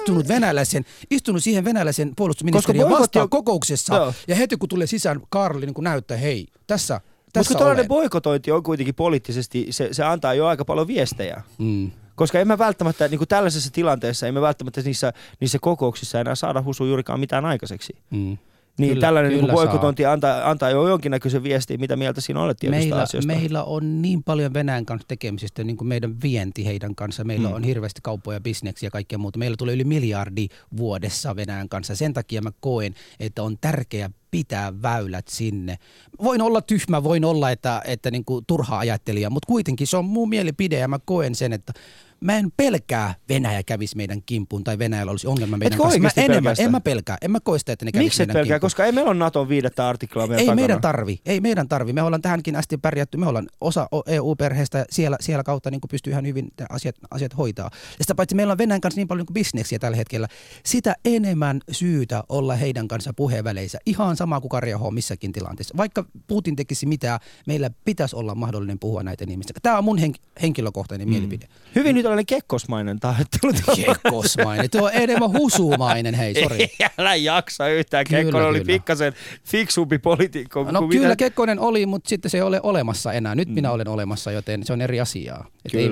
istunut siihen venäläisen puolustusministeriön vastaan kokouksessa ja heti kun tulee sisään, Karl niin näyttää, hei, tässä mutta kun tällainen boikotointi on kuitenkin poliittisesti, se antaa jo aika paljon viestejä. Koska emme välttämättä, niin kuin tällaisessa tilanteessa, emme välttämättä niissä kokouksissa enää saada Husu juurikaan mitään aikaiseksi. Niin kyllä, tällainen niin boikotointi antaa jo jonkinnäköisen viestin, mitä mieltä siinä olet tietystä asioista. Meillä on niin paljon Venäjän kanssa tekemisestä, niin kuin meidän vienti heidän kanssa. Meillä on hirveästi kauppoja, bisneksiä ja kaikkea muuta. Meillä tulee yli 1 miljardi vuodessa Venäjän kanssa. Sen takia mä koen, että on tärkeää pitää väylät sinne. Voin olla tyhmä, voin olla, että niin kuin turha ajattelija, mutta kuitenkin se on mun mielipide ja mä koen sen, että mä en pelkää Venäjä kävisi meidän kimppuun tai Venäjällä olisi ongelma meidän kanssa. En mä pelkää. En mä koe sitä, että ne kävisi meidän kimppuun. Koska ei meillä ole Naton 5. artiklaa meidän takana. Ei meidän tarvi. Me ollaan tähänkin asti pärjätty. Me ollaan osa EU-perheestä siellä kautta niin pystyy ihan hyvin asiat hoitaa. Ja sitä paitsi meillä on Venäjän kanssa niin paljon bisneksiä tällä hetkellä. Sitä enemmän syytä olla heidän kanssa puheenväleissä. Ihan sama kuin Karjaho missäkin tilanteessa. Vaikka Putin tekisi mitään, meillä pitäisi olla mahdollinen puhua näiden ihmisten. Tämä on mun henkilökohtainen mielipide. Hyvin nyt tällainen kekkosmainen tahtelu. Kekkosmainen. Tuo on enemmän husumainen, hei, sori. Älä jaksa yhtään. Kekkonen oli pikkasen fiksumpi poliitikko. No kyllä Kekkonen oli, mutta sitten se ei ole olemassa enää. Nyt minä olen olemassa, joten se on eri asiaa.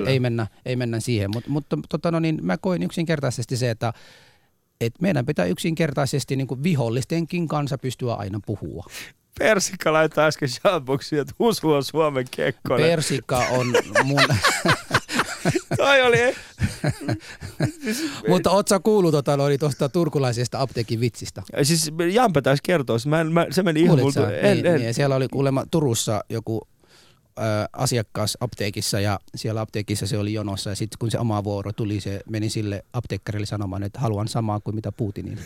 Ei mennä siihen. Mutta mä koen yksinkertaisesti se, että meidän pitää yksinkertaisesti niin kuin vihollistenkin kanssa pystyä aina puhua. Persikka laittaa äsken shoutboxiin, että Husu on Suomen Kekkonen. Persikka on mun... Toi oli... Mutta oot sä kuullut tuosta turkulaisesta apteekin vitsistä? Siis Jampe taisi kertoa, se meni ihan multa. Niin, siellä oli kuulemma Turussa joku asiakas apteekissa ja siellä apteekissa se oli jonossa ja sitten kun se oma vuoro tuli, se meni sille apteekkarille sanomaan, että haluan samaa kuin mitä Putinin.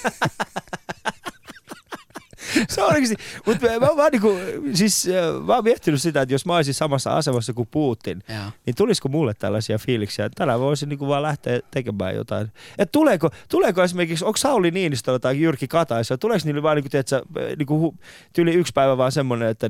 Se on oikeasti, mutta mä oon miettinyt sitä, että jos mä olisin samassa asemassa kuin Putin, niin tulisiko mulle tällaisia fiiliksiä, että tällä voisin niinku vaan lähteä tekemään jotain. Että tuleeko esimerkiksi, onko Sauli Niinistöllä tai Jyrki Kataisella, tuleeko niille vaan tyyli yksi päivä vaan semmoinen, että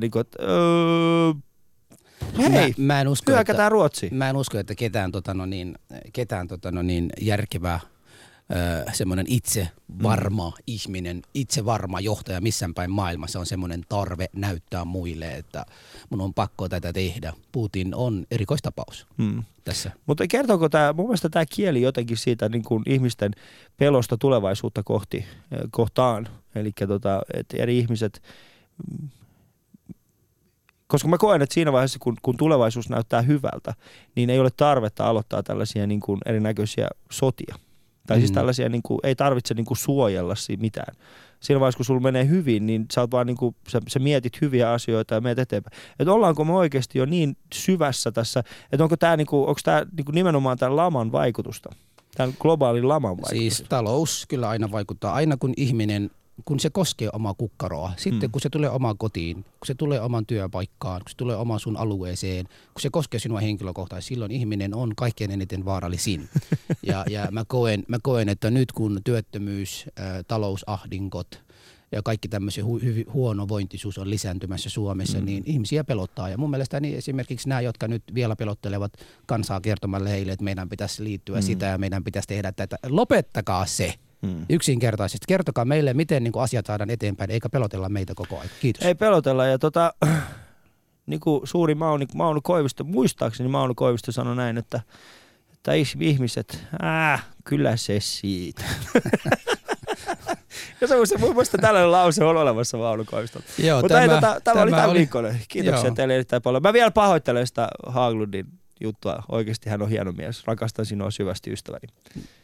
hei, mä en usko, hyökätään Ruotsiin. Mä en usko, että ketään järkevää semmoinen itsevarma ihminen, itsevarma johtaja missään päin maailmassa on semmoinen tarve näyttää muille, että mun on pakko tätä tehdä. Putin on erikoistapaus tässä. Mutta kertooko mun mielestä tämä kieli jotenkin siitä niin kuin ihmisten pelosta tulevaisuutta kohtaan, eli että eri ihmiset, koska mä koen, että siinä vaiheessa, kun tulevaisuus näyttää hyvältä, niin ei ole tarvetta aloittaa tällaisia niin kuin erinäköisiä sotia. Tai siis tällaisia, niin kuin, ei tarvitse niin kuin suojella siinä Siinä vaiheessa, kun sulla menee hyvin, niin sä oot vaan niin kuin, sä mietit hyviä asioita ja menet eteenpäin. Että ollaanko me oikeasti jo niin syvässä tässä, että onko tämä nimenomaan tämän laman vaikutusta, tämän globaalin laman vaikutusta? Siis talous kyllä aina vaikuttaa. Aina kun se koskee omaa kukkaroa, sitten kun se tulee omaan kotiin, kun se tulee oman työpaikkaan, kun se tulee omaan sun alueeseen, kun se koskee sinua henkilökohtaisesti, silloin ihminen on kaikkein eniten vaarallisin. Ja mä koen, että nyt kun työttömyys, talousahdingot ja kaikki tämmöisen huonovointisuus on lisääntymässä Suomessa, niin ihmisiä pelottaa. Ja mun mielestä niin esimerkiksi nämä, jotka nyt vielä pelottelevat kansaa kertomalla heille, että meidän pitäisi liittyä sitä ja meidän pitäisi tehdä tätä. Lopettakaa se. Yksinkertaisesti. Kertokaa meille, miten asiat saadaan eteenpäin, eikä pelotella meitä koko ajan. Kiitos. Ei pelotella. Ja niin kuin suuri Mauno Koivisto, muistaakseni Mauno Koivisto sanoi näin, että ihmiset, kyllä se siitä. Ja se mun mielestä tällainen lause on olemassa Mauno Koivistolta. Joo, mutta tämä oli tämän viikkoinen. Kiitoksia teille erittäin paljon. Mä vielä pahoittelen sitä Haglundin juttua. Oikeasti hän on hieno mies. Rakastan sinua syvästi, ystäväni.